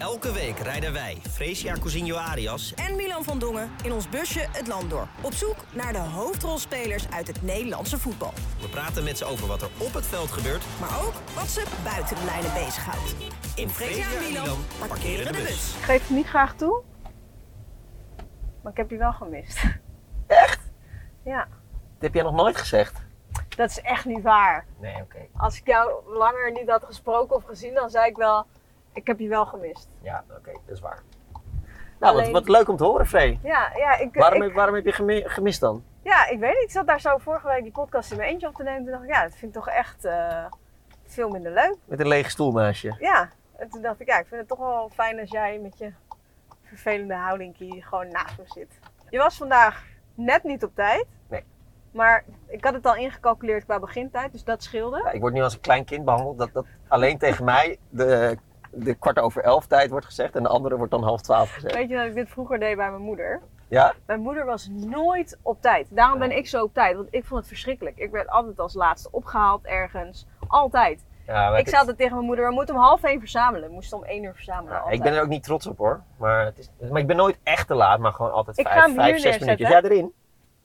Elke week rijden wij, Fresia Cousinho Arias en Milan van Dongen in ons busje het land door. Op zoek naar de hoofdrolspelers uit het Nederlandse voetbal. We praten met ze over wat er op het veld gebeurt, maar ook wat ze buiten de lijnen bezighoudt. In Fresia en Milan parkeren de bus. Ik geef het niet graag toe, maar ik heb die wel gemist. Echt? Ja. Dat heb jij nog nooit gezegd? Dat is echt niet waar. Nee, oké. Als ik jou langer niet had gesproken of gezien, dan zei ik wel, ik heb je wel gemist. Ja, oké, dat is waar. Nou, Alleen... wat leuk om te horen, Free. Ja, Waarom heb je gemist dan? Ja, ik weet niet. Ik zat daar zo vorige week die podcast in mijn eentje op te nemen. Toen dacht ik, ja, dat vind ik toch echt veel minder leuk. Met een lege stoel naast je. Ja, en toen dacht ik, ja, ik vind het toch wel fijn als jij met je vervelende houdingkie gewoon naast me zit. Je was vandaag net niet op tijd. Nee. Maar ik had het al ingecalculeerd qua begintijd, dus dat scheelde. Ja, ik word nu als een klein kind behandeld. Dat alleen tegen mij de 11:15 tijd wordt gezegd en de andere wordt dan 11:30 gezegd. Weet je dat ik dit vroeger deed bij mijn moeder? Ja? Mijn moeder was nooit op tijd. Daarom ben ik zo op tijd, want ik vond het verschrikkelijk. Ik werd altijd als laatste opgehaald ergens. Altijd. Ja, Ik zei altijd tegen mijn moeder, we moeten om 12:30 verzamelen. We moesten om 1:00 verzamelen. Ja, ik ben er ook niet trots op hoor. Maar ik ben nooit echt te laat, maar gewoon altijd 5, 6 minuutjes. Ja, erin.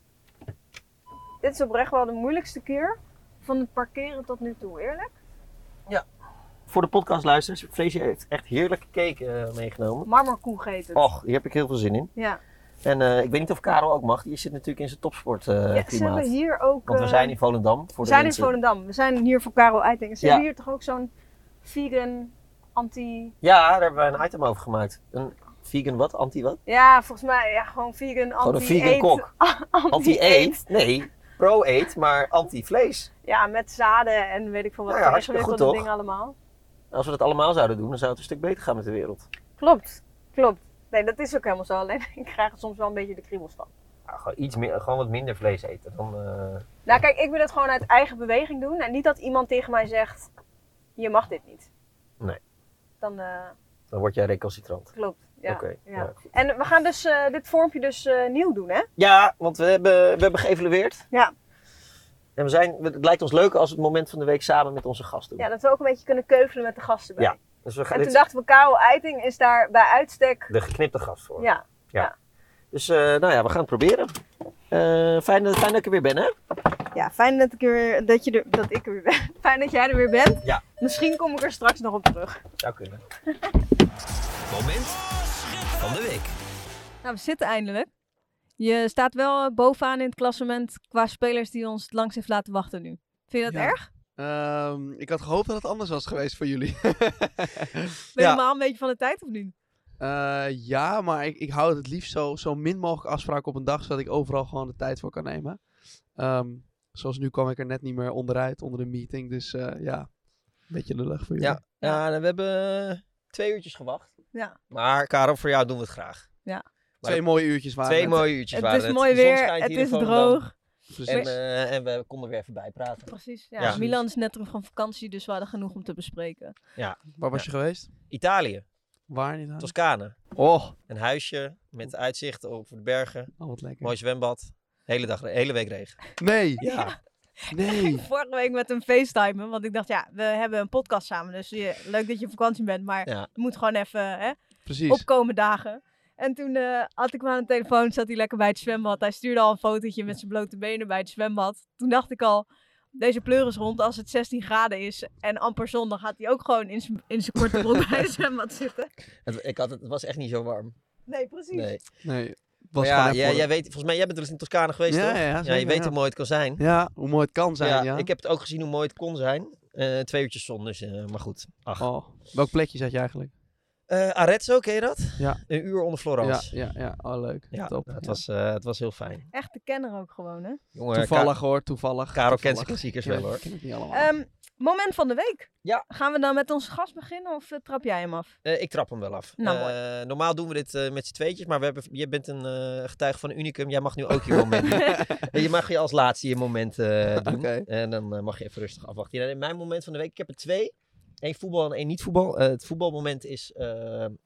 Dit is oprecht wel de moeilijkste keer van het parkeren tot nu toe, eerlijk. Ja. Voor de podcastluisteraars, Fresia heeft echt heerlijke cake meegenomen. Marmerkoek heet het. Och, hier heb ik heel veel zin in. Ja. En ik weet niet of Karel ook mag. Die zit natuurlijk in zijn topsport klimaat. Ze hebben hier ook... Want we zijn in Volendam. We zijn in Volendam. We zijn hier voor Karel Eiting. Ze hebben hier toch ook zo'n vegan, anti... Ja, daar hebben we een item over gemaakt. Een vegan wat? Anti wat? Ja, volgens mij gewoon vegan, gewoon anti-eet. Gewoon een vegan kok. Anti-eet? Nee, pro-eet, maar anti-vlees. Ja, met zaden en weet ik veel wat. Nou ja, hartstikke goed toch? Dingen allemaal. Als we dat allemaal zouden doen, dan zou het een stuk beter gaan met de wereld. Klopt. Nee, dat is ook helemaal zo. Alleen ik krijg er soms wel een beetje de kriebels van. Nou, gewoon wat minder vlees eten. Dan, Nou kijk, ik wil het gewoon uit eigen beweging doen. En niet dat iemand tegen mij zegt, je mag dit niet. Nee. Dan word jij recalcitrant. Klopt. Ja. Oké. Ja. En we gaan dus dit vormpje dus nieuw doen, hè? Ja, want we hebben geëvalueerd. Ja. En het lijkt ons leuk als we het moment van de week samen met onze gasten doen. Ja, dat we ook een beetje kunnen keuvelen met de gasten bij. Ja. Dus toen dachten we, Karel Eiting is daar bij uitstek... de geknipte gast voor. Ja. Dus nou ja, we gaan het proberen. Fijn dat ik er weer ben, hè? Ja, fijn dat ik er weer ben. Fijn dat jij er weer bent. Ja. Misschien kom ik er straks nog op terug. Zou kunnen. Moment van de week. Nou, we zitten eindelijk. Je staat wel bovenaan in het klassement qua spelers die ons het langst heeft laten wachten nu. Vind je dat erg? Ik had gehoopt dat het anders was geweest voor jullie. Ben je normaal een beetje van de tijd of niet? Ja, maar ik hou het liefst zo min mogelijk afspraken op een dag, zodat ik overal gewoon de tijd voor kan nemen. Zoals nu kwam ik er net niet meer onderuit onder de meeting, dus ja, een beetje lullig voor jullie. Ja, we hebben 2 uurtjes gewacht. Ja. Maar Karel, voor jou doen we het graag. Ja. 2 mooie uurtjes waren het. 2 mooie uurtjes waren het. Het is mooi weer, het is droog. En we konden weer even bijpraten. Precies, ja. Milan is net terug van vakantie, dus we hadden genoeg om te bespreken. Ja. Waar was je geweest? Italië. Waar in Italië? Toscane. Oh. Een huisje met uitzicht over de bergen. Oh, wat lekker. Mooi zwembad. Hele week regen. Nee. Ja. Nee. Vorige week met een FaceTime, want ik dacht, ja, we hebben een podcast samen. Dus leuk dat je op vakantie bent, maar je moet gewoon even opkomen dagen. En toen had ik hem aan de telefoon, zat hij lekker bij het zwembad. Hij stuurde al een fotootje met zijn blote benen bij het zwembad. Toen dacht ik al, deze pleuris rond, als het 16 graden is en amper zon, dan gaat hij ook gewoon in zijn korte broek bij het zwembad zitten. Het was echt niet zo warm. Nee, precies. Nee. Jij weet, volgens mij, jij bent wel eens in Toscane geweest, toch? Ja, je weet hoe mooi het kan zijn. Ja, hoe mooi het kan zijn, ja. Ik heb het ook gezien hoe mooi het kon zijn. 2 uurtjes zon, dus maar goed. Ach. Oh, welk plekje zat je eigenlijk? Arezzo, ken je dat? Ja. Een uur onder Florence. Ja. Oh, leuk. Ja, top. Het was heel fijn. Echt de kenner ook gewoon, hè? Jongen, toevallig. Karel kent zijn klassiekers wel, hoor. Ken ik niet allemaal. Moment van de week. Ja. Gaan we dan met onze gast beginnen of trap jij hem af? Ik trap hem wel af. Nou, normaal doen we dit met z'n tweetjes, maar je bent een getuige van een unicum. Jij mag nu ook je moment doen. Je mag je als laatste je moment doen. Okay. En dan mag je even rustig afwachten. Ja, mijn moment van de week, ik heb er 2. 1 voetbal en 1 niet voetbal. Het voetbalmoment is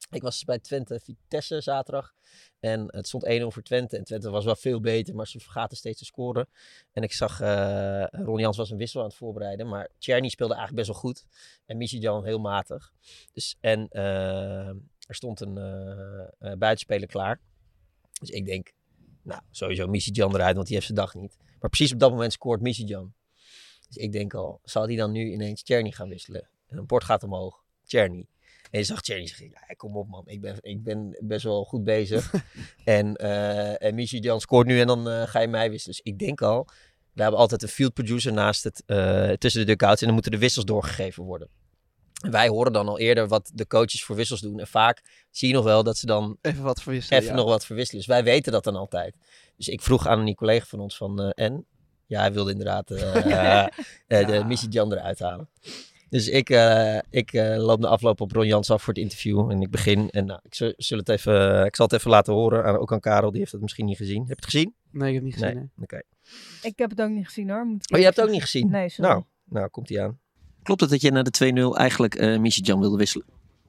Ik was bij Twente-Vitesse zaterdag. En het stond 1-0 voor Twente. En Twente was wel veel beter, maar ze vergaten steeds te scoren. En ik zag, Ron Jans was een wissel aan het voorbereiden. Maar Tjerni speelde eigenlijk best wel goed. En Midtjadjian heel matig. Dus, en er stond een buitenspeler klaar. Dus ik denk, nou, sowieso Midtjadjian eruit, want die heeft zijn dag niet. Maar precies op dat moment scoort Midtjadjian. Dus ik denk al, zal hij dan nu ineens Tjerni gaan wisselen? En een bord gaat omhoog. Tjerni. En je zag Tjerni zeggen, ja, kom op man, ik ben best wel goed bezig. en Midtjadjian scoort nu en dan ga je mij wisselen. Dus ik denk al, we hebben altijd een field producer naast het, tussen de duckouts en dan moeten de wissels doorgegeven worden. En wij horen dan al eerder wat de coaches voor wissels doen. En vaak zie je nog wel dat ze dan even wat verwisselen. Nog wat verwisselen. Dus wij weten dat dan altijd. Dus ik vroeg aan een collega van ons van, en? Ja, hij wilde inderdaad de Midtjadjian eruit halen. Dus ik loop de afloop op Ron Jans af voor het interview. En ik begin. En nou, ik zal het even laten horen. Ook aan Karel, die heeft het misschien niet gezien. Heb je het gezien? Nee, ik heb het niet gezien. Nee. Oké. Ik heb het ook niet gezien hoor. Je hebt het ook niet gezien? Nee, sorry. Nou komt hij aan. Klopt het dat je na de 2-0 eigenlijk Midtjadjian wilde wisselen?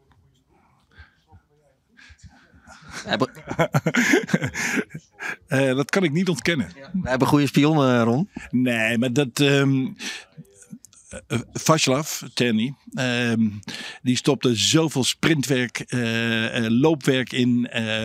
Dat kan ik niet ontkennen. We hebben goede spionnen, Ron. Nee, maar dat... Vaslav, Tjerni, die stopte zoveel sprintwerk, loopwerk in.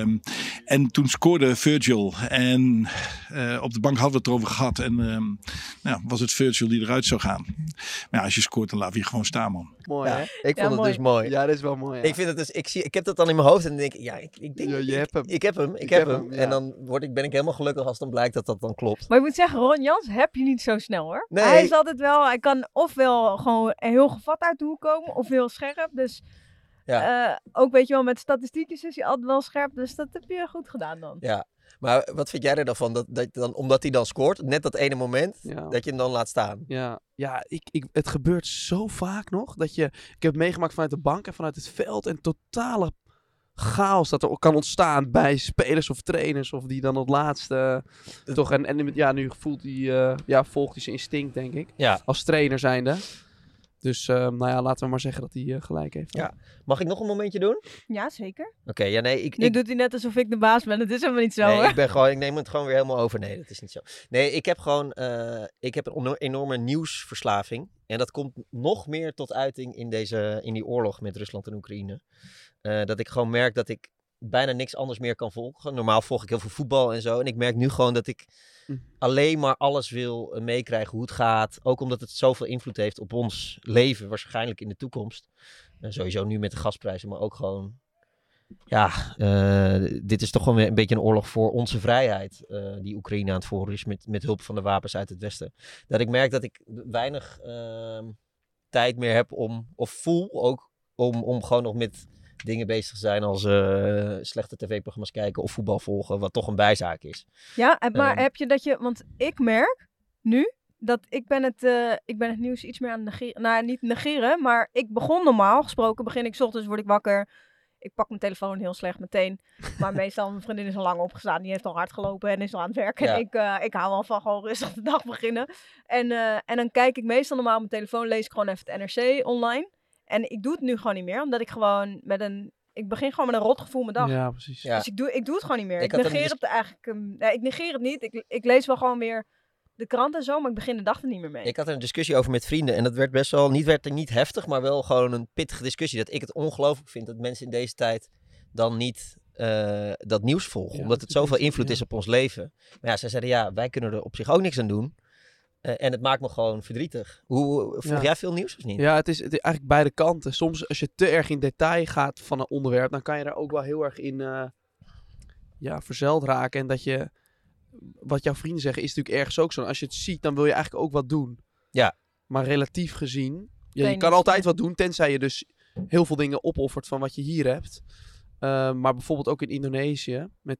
En toen scoorde Virgil. En op de bank hadden we het erover gehad. En was het Virgil die eruit zou gaan. Maar ja, als je scoort, dan laat je gewoon staan, man. Mooi, hè? Ik vond het dus mooi. Ja, dat is wel mooi. Ja. Ik vind het dus, ik heb dat dan in mijn hoofd en dan denk ik, ja, ik denk, je hebt hem. Ik heb hem. Ja. En dan ben ik helemaal gelukkig als dan blijkt dat dat dan klopt. Maar ik moet zeggen, Ron Jans heb je niet zo snel hoor. Nee. Hij is altijd wel, hij kan ofwel gewoon heel gevat uit de hoek komen, of heel scherp. Dus ook weet je wel, met statistiekjes is hij altijd wel scherp. Dus dat heb je goed gedaan dan. Ja, maar wat vind jij er dan van? Dat dan, omdat hij dan scoort, net dat ene moment, dat je hem dan laat staan? Ja, het gebeurt zo vaak nog. Ik heb het meegemaakt vanuit de bank en vanuit het veld. En totale chaos dat er kan ontstaan bij spelers of trainers. Of die dan op het laatste toch... En nu voelt hij, volgt hij zijn instinct, denk ik. Ja. Als trainer zijnde. Dus laten we maar zeggen dat hij gelijk heeft. Ja. Mag ik nog een momentje doen? Ja, zeker. Oké, Nu doet hij net alsof ik de baas ben. Dat is helemaal niet zo, nee, hoor. ik neem het gewoon weer helemaal over. Nee, dat is niet zo. Nee, ik heb een enorme nieuwsverslaving. En dat komt nog meer tot uiting in die oorlog met Rusland en Oekraïne. Dat ik gewoon merk dat ik bijna niks anders meer kan volgen. Normaal volg ik heel veel voetbal en zo. En ik merk nu gewoon dat ik alleen maar alles wil meekrijgen hoe het gaat. Ook omdat het zoveel invloed heeft op ons leven. Waarschijnlijk in de toekomst. Sowieso nu met de gasprijzen. Maar ook gewoon... Ja, dit is toch gewoon weer een beetje een oorlog voor onze vrijheid. Die Oekraïne aan het voeren is met hulp van de wapens uit het Westen. Dat ik merk dat ik weinig tijd meer heb of voel ook om gewoon nog met dingen bezig te zijn als slechte tv-programma's kijken of voetbal volgen, wat toch een bijzaak is. Ja, maar heb je dat je... Want ik merk nu dat ik ben het nieuws iets meer aan het negeren. Nou, niet negeren, maar ik begon normaal gesproken. Ik 's ochtends, word ik wakker. Ik pak mijn telefoon heel slecht meteen. Maar meestal, mijn vriendin is al lang opgestaan. Die heeft al hard gelopen en is al aan het werken. Ja. Ik hou al van gewoon rustig de dag beginnen. En dan kijk ik meestal normaal op mijn telefoon. Lees ik gewoon even het NRC online. En ik doe het nu gewoon niet meer. Omdat ik gewoon ik begin gewoon met een rotgevoel mijn dag. Ja, precies. Ja. Dus ik doe het gewoon niet meer. Ik negeer het eigenlijk... ik negeer het niet. Ik lees wel gewoon weer de krant en zo. Maar ik begin de dag er niet meer mee. Ik had er een discussie over met vrienden. En dat werd best wel... niet heftig, maar wel gewoon een pittige discussie. Dat ik het ongelooflijk vind dat mensen in deze tijd dan niet dat nieuws volgen. Omdat het zoveel invloed is op ons leven. Maar ja, zij zeiden wij kunnen er op zich ook niks aan doen. En het maakt me gewoon verdrietig. Volg jij veel nieuws of niet? Ja, het is eigenlijk beide kanten. Soms als je te erg in detail gaat van een onderwerp, dan kan je daar ook wel heel erg in verzeild raken. En dat je, wat jouw vrienden zeggen, is natuurlijk ergens ook zo. Als je het ziet, dan wil je eigenlijk ook wat doen. Ja. Maar relatief gezien, je kan altijd wat doen, tenzij je dus heel veel dingen opoffert van wat je hier hebt. Maar bijvoorbeeld ook in Indonesië, met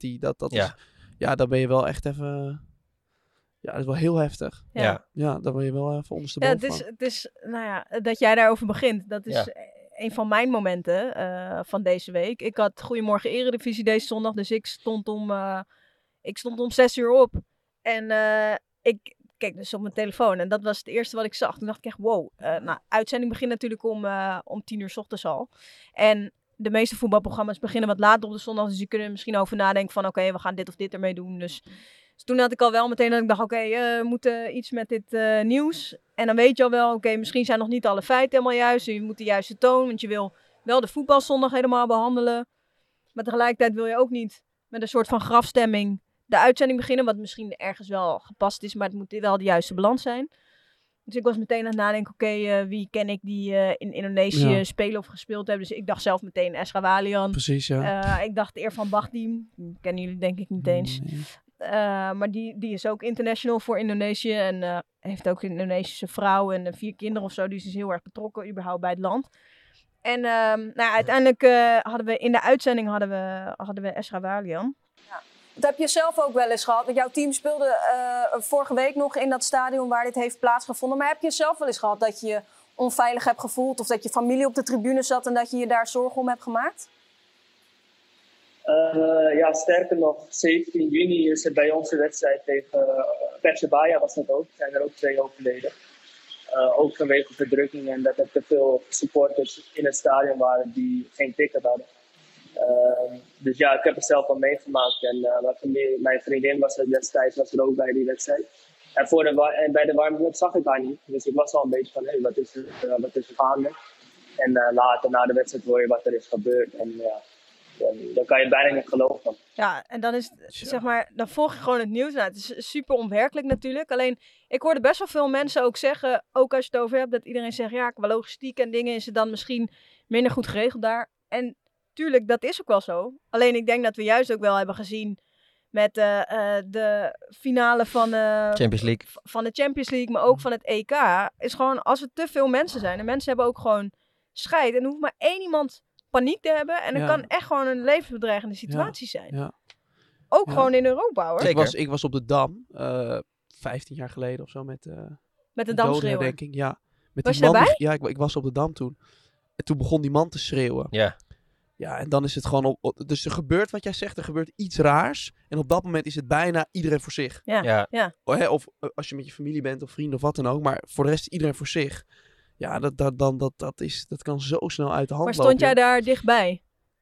dan ben je wel echt even... Ja, dat is wel heel heftig. Ja, daar ben je wel even ondersteboven van. Het is, dat jij daarover begint. Dat is een van mijn momenten van deze week. Ik had Goedemorgen Eredivisie deze zondag. Dus ik stond om 6 uur op. En ik keek dus op mijn telefoon. En dat was het eerste wat ik zag. Toen dacht ik echt, wow. Uitzending begint natuurlijk om 10 uur 's ochtends al. En de meeste voetbalprogramma's beginnen wat later op de zondag. Dus die kunnen misschien over nadenken van oké, we gaan dit of dit ermee doen. Dus toen had ik al wel meteen dat ik dacht oké, we moeten iets met dit nieuws. En dan weet je al wel, oké, misschien zijn nog niet alle feiten helemaal juist. Je moet de juiste toon, want je wil wel de voetbalzondag helemaal behandelen. Maar tegelijkertijd wil je ook niet met een soort van grafstemming de uitzending beginnen. Wat misschien ergens wel gepast is, maar het moet wel de juiste balans zijn. Dus ik was meteen aan het nadenken, oké, wie ken ik die in Indonesië spelen of gespeeld hebben. Dus ik dacht zelf meteen Esra Walian. Precies, ja. Ik dacht Irfan Bahdim. Die kennen jullie denk ik niet eens. Nee. Maar die is ook international voor Indonesië. En heeft ook een Indonesische vrouw en 4 kinderen of zo. Dus is heel erg betrokken überhaupt bij het land. En uiteindelijk hadden we in de uitzending hadden we Esra Walian. Ja. Dat heb je zelf ook wel eens gehad. Want jouw team speelde vorige week nog in dat stadion waar dit heeft plaatsgevonden. Maar heb je zelf wel eens gehad dat je je onveilig hebt gevoeld? Of dat je familie op de tribune zat en dat je je daar zorgen om hebt gemaakt? Sterker nog, 17 juni is er bij onze wedstrijd tegen Persebaya was dat ook. Zijn er ook 2 overleden. Ook vanwege verdrukking en dat er te veel supporters in het stadion waren die geen ticket hadden. Dus ja, ik heb het zelf al meegemaakt en mijn vriendin was er ook bij die wedstrijd. En bij de warming-up zag ik haar niet, dus ik was al een beetje van wat is er gaande? En later na de wedstrijd hoor je wat er is gebeurd en dan kan je bijna niet geloven. Ja, en dan is zeg maar, dan volg je gewoon het nieuws. Nou, het is super onwerkelijk natuurlijk. Alleen, ik hoorde best wel veel mensen ook zeggen, ook als je het over hebt, dat iedereen zegt, ja, qua logistiek en dingen is het dan misschien minder goed geregeld daar. En tuurlijk, dat is ook wel zo. Alleen, ik denk dat we juist ook wel hebben gezien met de finale van Champions League. Van de Champions League, maar ook van het EK, is gewoon, als er te veel mensen zijn, en mensen hebben ook gewoon scheid, en er hoeft maar 1 iemand paniek te hebben. En het kan echt gewoon een levensbedreigende situatie zijn. Ja. Ook gewoon in Europa, hoor. Ik was op de Dam, 15 jaar geleden of zo, met de Damschreeuwer. Ja. Met was die je man daarbij? Ik was op de Dam toen. En toen begon die man te schreeuwen. Ja. Ja, en dan is het gewoon dus er gebeurt wat jij zegt, er gebeurt iets raars. En op dat moment is het bijna iedereen voor zich. Ja. Of als je met je familie bent of vrienden of wat dan ook. Maar voor de rest iedereen voor zich. Ja, dat kan zo snel uit de hand lopen. Maar stond jij daar dichtbij?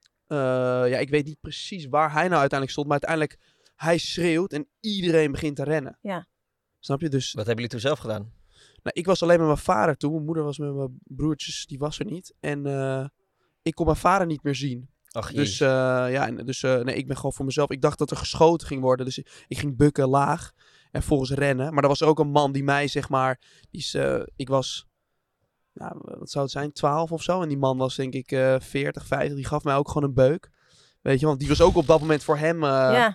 Ik weet niet precies waar hij nou uiteindelijk stond. Maar uiteindelijk, hij schreeuwt en iedereen begint te rennen. Ja. Snap je? Dus, wat hebben jullie toen zelf gedaan? Nou, ik was alleen met mijn vader toen. Mijn moeder was met mijn broertjes, die was er niet. En ik kon mijn vader niet meer zien. Ach, dus ik ben gewoon voor mezelf. Ik dacht dat er geschoten ging worden. Dus ik ging bukken laag en volgens rennen. Maar er was ook een man die mij, zeg maar, ik was... Nou, wat zou het zijn? 12 of zo. En die man was denk ik 40, 50. Die gaf mij ook gewoon een beuk. Weet je, want die was ook op dat moment voor hem.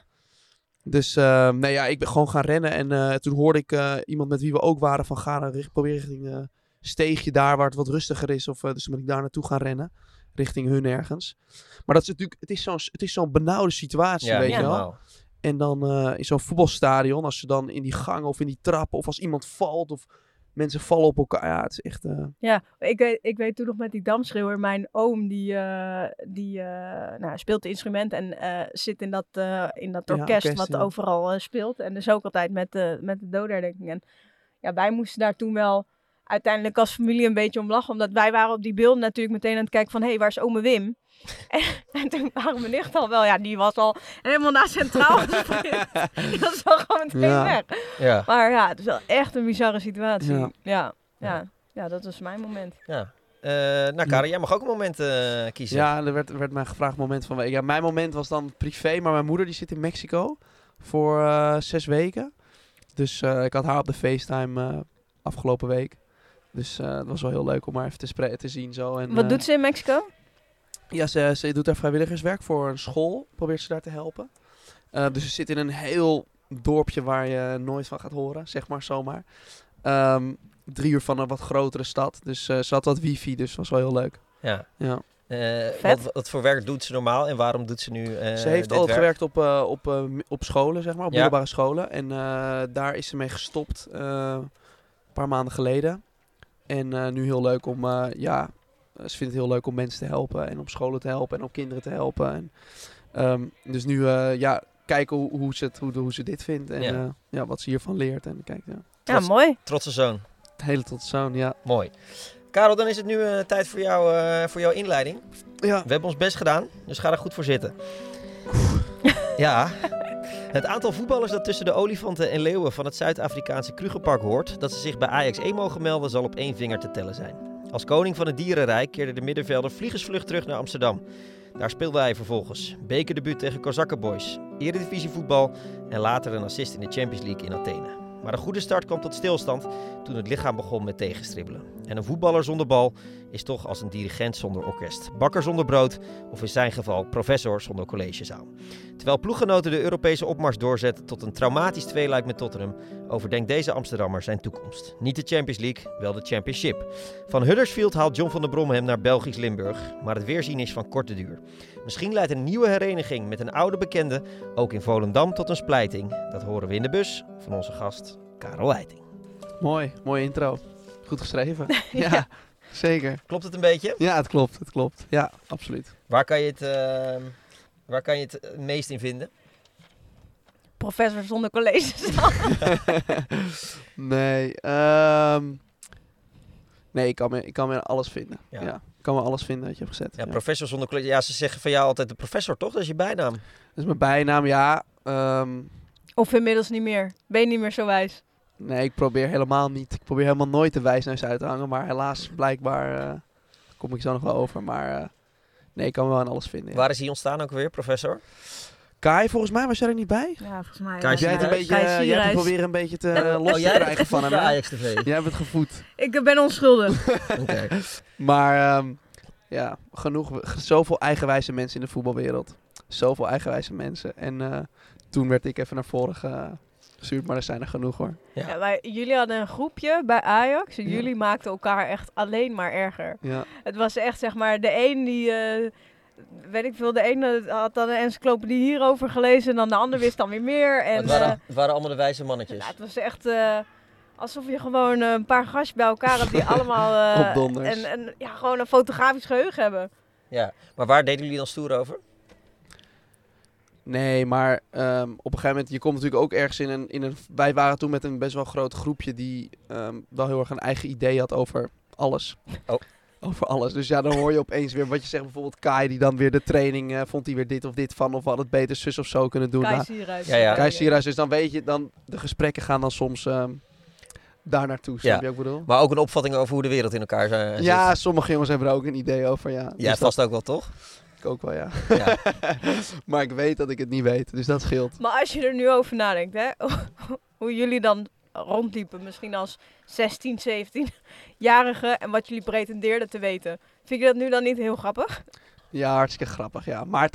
Dus ik ben gewoon gaan rennen. En toen hoorde ik iemand met wie we ook waren van probeer richting steegje daar waar het wat rustiger is. Dus dan ben ik daar naartoe gaan rennen. Richting hun ergens. Maar dat is natuurlijk, het is zo'n benauwde situatie, weet je wel. En dan in zo'n voetbalstadion, als ze dan in die gangen of in die trappen of als iemand valt of... Mensen vallen op elkaar. Ja, het is echt... Ja, ik weet toen nog met die Damschreeuwer. Mijn oom, die speelt de instrument en zit in dat orkest wat overal speelt. En dus ook altijd met de dodenherdenking. En ja, wij moesten daar toen wel uiteindelijk als familie een beetje om lachen. Omdat wij waren op die beelden natuurlijk meteen aan het kijken van... Hé, waar is ome Wim? En toen waren mijn nicht al wel... Ja, die was al helemaal naar Centraal gesprint. Die was wel gewoon meteen weg. Ja. Maar ja, het is wel echt een bizarre situatie. Ja, dat was mijn moment. Ja. Karin, jij mag ook een moment kiezen. Ja, er werd mij gevraagd moment van... Ja, mijn moment was dan privé, maar mijn moeder die zit in Mexico voor 6 weken. Dus ik had haar op de FaceTime afgelopen week. Dus het was wel heel leuk om haar even te zien. Zo. En, wat doet ze in Mexico? Ja, ze doet daar vrijwilligerswerk voor een school. Probeert ze daar te helpen. Dus ze zit in een heel dorpje waar je nooit van gaat horen, zeg maar zomaar. 3 uur van een wat grotere stad. Dus ze had wat wifi, dus was wel heel leuk. Ja. Vet. Wat voor werk doet ze normaal en waarom doet ze nu ze heeft altijd gewerkt op scholen, zeg maar, op middelbare scholen. En daar is ze mee gestopt een paar maanden geleden. En nu heel leuk om, ze vindt het heel leuk om mensen te helpen en op scholen te helpen en op kinderen te helpen. En, dus nu kijken hoe ze dit vindt en wat ze hiervan leert. En kijk, mooi. Trotse zoon. Het hele trotse zoon, ja. Mooi. Karel, dan is het nu tijd voor jouw inleiding. Ja. We hebben ons best gedaan, dus ga er goed voor zitten. Ja. Het aantal voetballers dat tussen de olifanten en leeuwen van het Zuid-Afrikaanse Krugerpark hoort, dat ze zich bij Ajax 1 mogen melden, zal op 1 vinger te tellen zijn. Als koning van het dierenrijk keerde de middenvelder vliegensvlug terug naar Amsterdam. Daar speelde hij vervolgens bekerdebuut tegen Kozakkenboys, eredivisievoetbal en later een assist in de Champions League in Athene. Maar een goede start kwam tot stilstand toen het lichaam begon met tegenstribbelen. En een voetballer zonder bal is toch als een dirigent zonder orkest, bakker zonder brood of in zijn geval professor zonder collegezaal. Terwijl ploeggenoten de Europese opmars doorzetten tot een traumatisch tweeluik met Tottenham, overdenkt deze Amsterdammer zijn toekomst. Niet de Champions League, wel de Championship. Van Huddersfield haalt John van der Brom hem naar Belgisch Limburg, maar het weerzien is van korte duur. Misschien leidt een nieuwe hereniging met een oude bekende ook in Volendam tot een splijting. Dat horen we in de bus van onze gast Karel Eiting. Mooi, mooie intro. Goed geschreven. Ja, zeker. Klopt het een beetje? Ja, het klopt. Ja, absoluut. Waar kan je het meest in vinden? Professor zonder collegezaal. Nee, ik kan me alles vinden. Ja. Ik kan me alles vinden dat je hebt gezet. Ja, professor zonder college. Ja, ze zeggen van jou altijd de professor, toch? Dat is je bijnaam. Dat is mijn bijnaam, ja. Of inmiddels niet meer. Ben je niet meer zo wijs? Nee, ik probeer helemaal nooit de wijsneus uit te hangen. Maar helaas, blijkbaar kom ik zo nog wel over. Maar nee, ik kan me wel aan alles vinden. Ja. Waar is hij ontstaan ook weer, professor? Kai, volgens mij was jij er niet bij? Ja, volgens mij. Kai, jij hebt proberen een beetje te los te krijgen van hem. Ajax TV. Jij hebt het gevoed. Ik ben onschuldig. Okay. Maar zoveel eigenwijze mensen in de voetbalwereld. Zoveel eigenwijze mensen. En toen werd ik even naar voren gestuurd, maar er zijn er genoeg hoor. Ja. Ja, jullie hadden een groepje bij Ajax en jullie maakten elkaar echt alleen maar erger. Ja. Het was echt zeg maar de een die... de ene had dan een encyclopedie hierover gelezen en dan de ander wist dan weer meer. En, het waren allemaal de wijze mannetjes. Ja, het was echt alsof je gewoon een paar gastjes bij elkaar had die allemaal opdonders. En gewoon een fotografisch geheugen hebben. Ja, maar waar deden jullie dan stoer over? Nee, maar op een gegeven moment, je komt natuurlijk ook ergens in een... Wij waren toen met een best wel groot groepje die wel heel erg een eigen idee had over alles. Oh. Over alles. Dus ja, dan hoor je opeens weer wat je zegt. Bijvoorbeeld Kai, die dan weer de training, vond hij weer dit of dit van. Of we hadden het beter zus of zo kunnen doen. Kai Sierhuis. Kai Sierhuis. Dus dan weet je, de gesprekken gaan dan soms daar naartoe. Snap je wat ik bedoel? Maar ook een opvatting over hoe de wereld in elkaar zit. Ja, sommige jongens hebben er ook een idee over, ja. Jij dus vast ook wel, toch? Ik ook wel, ja. Maar ik weet dat ik het niet weet, dus dat scheelt. Maar als je er nu over nadenkt, hè, hoe jullie dan rondliepen, misschien als 16, 17-jarige en wat jullie pretendeerden te weten. Vind je dat nu dan niet heel grappig? Ja, hartstikke grappig, ja. Maar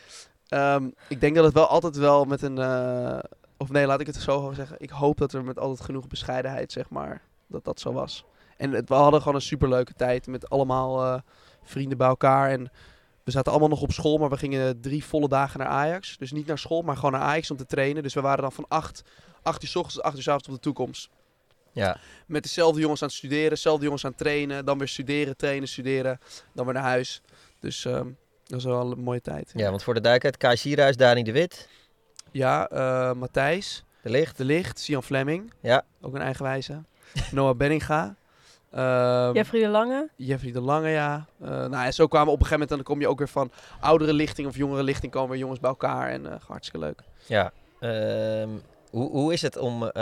ik denk dat het wel altijd wel met een... of nee, laat ik het zo zeggen. Ik hoop dat er met altijd genoeg bescheidenheid, zeg maar, dat zo was. En we hadden gewoon een superleuke tijd met allemaal vrienden bij elkaar. En we zaten allemaal nog op school, maar we gingen 3 volle dagen naar Ajax. Dus niet naar school, maar gewoon naar Ajax om te trainen. Dus we waren dan van 8 uur 's ochtends, 8 uur 's avonds op de toekomst. Ja. Met dezelfde jongens aan het studeren, dezelfde jongens aan het trainen. Dan weer studeren, trainen, studeren. Dan weer naar huis. Dus dat was wel een mooie tijd. Ja, want voor de duidelijkheid, Kai Sierhuis, Dani de Wit. Ja, Matthijs. De Licht, Sian Fleming. Ja. Ook een eigenwijze. Noah Benninga. Jeffrey de Lange, ja. Zo kwamen op een gegeven moment, dan kom je ook weer van oudere lichting of jongere lichting, komen weer jongens bij elkaar en hartstikke leuk. Ja, hoe is het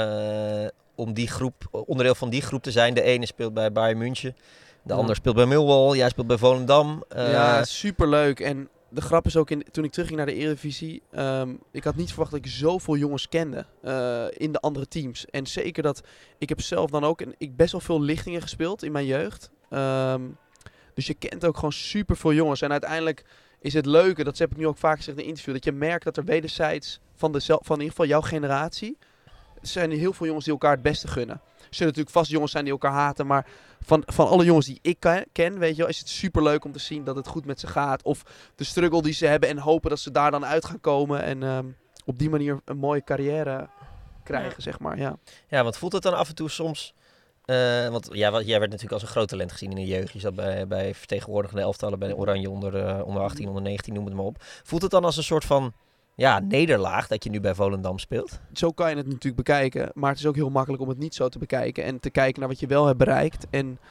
om die groep, onderdeel van die groep te zijn? De ene speelt bij Bayern München, de ander speelt bij Millwall, jij speelt bij Volendam. Ja, superleuk. En de grap is ook, toen ik terugging naar de Eredivisie, ik had niet verwacht dat ik zoveel jongens kende in de andere teams. En zeker dat, ik heb zelf dan ook best wel veel lichtingen gespeeld in mijn jeugd. Dus je kent ook gewoon super veel jongens. En uiteindelijk is het leuke, dat heb ik nu ook vaak gezegd in een interview, dat je merkt dat er wederzijds van in ieder geval jouw generatie, zijn er heel veel jongens die elkaar het beste gunnen. Er zullen natuurlijk vast jongens zijn die elkaar haten, maar van alle jongens die ik ken, weet je wel, is het superleuk om te zien dat het goed met ze gaat. Of de struggle die ze hebben en hopen dat ze daar dan uit gaan komen. En op die manier een mooie carrière krijgen, zeg maar. Ja, want voelt het dan af en toe soms... want jij werd natuurlijk als een groot talent gezien in de jeugd. Je zat bij vertegenwoordigende elftallen, bij de Oranje onder 18, onder 19, noem het maar op. Voelt het dan als een soort van... nederlaag dat je nu bij Volendam speelt? Zo kan je het natuurlijk bekijken. Maar het is ook heel makkelijk om het niet zo te bekijken. En te kijken naar wat je wel hebt bereikt. En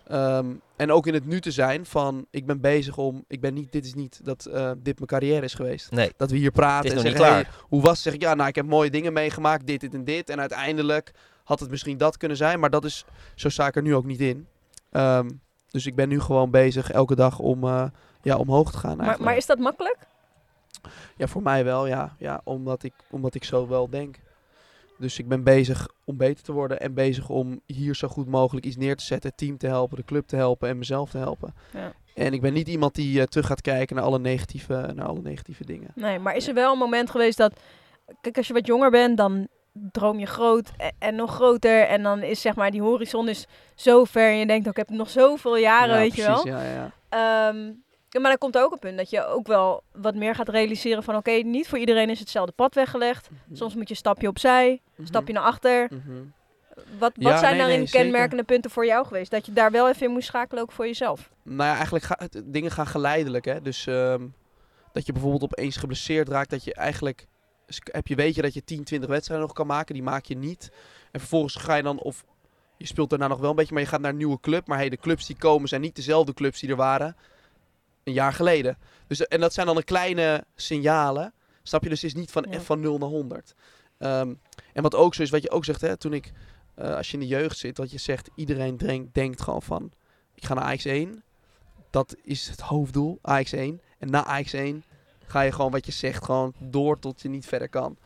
En ook in het nu te zijn van, ik ben bezig om, dit is niet dat dit mijn carrière is geweest. Nee. Dat we hier praten en zeggen, hey, hoe was het? Zeg ik, ja, nou, ik heb mooie dingen meegemaakt, dit en dit. En uiteindelijk had het misschien dat kunnen zijn, maar zo sta ik er nu ook niet in. Dus ik ben nu gewoon bezig elke dag om omhoog te gaan. Maar is dat makkelijk? Ja, voor mij wel, ja. Omdat ik zo wel denk. Dus ik ben bezig om beter te worden en bezig om hier zo goed mogelijk iets neer te zetten, het team te helpen, de club te helpen en mezelf te helpen. Ja. En ik ben niet iemand die terug gaat kijken naar alle negatieve dingen. Nee, maar is er wel een moment geweest dat, kijk, als je wat jonger bent, dan droom je groot en nog groter en dan is zeg maar die horizon is zo ver en je denkt, ik heb nog zoveel jaren, weet precies, je wel. Ja. Maar dan komt er ook een punt dat je ook wel wat meer gaat realiseren van oké, niet voor iedereen is hetzelfde pad weggelegd. Soms moet je een stapje opzij, een stapje naar achter. Wat zijn daarin kenmerkende punten voor jou geweest? Dat je daar wel even in moest schakelen, ook voor jezelf? Nou ja, eigenlijk dingen gaan geleidelijk. Hè? Dus dat je bijvoorbeeld opeens geblesseerd raakt, dat je eigenlijk weet je dat je 10, 20 wedstrijden nog kan maken. Die maak je niet. En vervolgens ga je dan, of je speelt daarna nog wel een beetje, maar je gaat naar een nieuwe club. Maar de clubs die komen zijn niet dezelfde clubs die er waren een jaar geleden. Dus, en dat zijn dan de kleine signalen. Snap je? Dus het is niet van 0 naar 100. En wat ook zo is, wat je ook zegt, hè, toen ik, als je in de jeugd zit, wat je zegt, iedereen denkt gewoon van, ik ga naar Ajax 1. Dat is het hoofddoel, Ajax 1. En na Ajax 1 ga je gewoon wat je zegt, gewoon door tot je niet verder kan.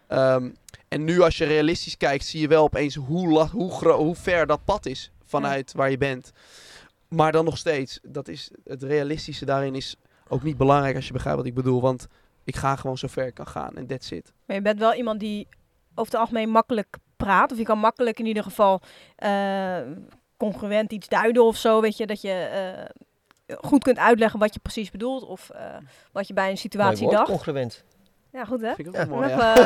En nu als je realistisch kijkt, zie je wel opeens hoe ver dat pad is vanuit waar je bent. Maar dan nog steeds, het realistische daarin is ook niet belangrijk als je begrijpt wat ik bedoel. Want ik ga gewoon zo ver ik kan gaan en that's it. Maar je bent wel iemand die over het algemeen makkelijk praat. Of je kan makkelijk in ieder geval congruent iets duiden of zo. Weet je, dat je goed kunt uitleggen wat je precies bedoelt. Of wat je bij een situatie dacht. Congruent. Ja, goed hè? Vind ik ook mooi,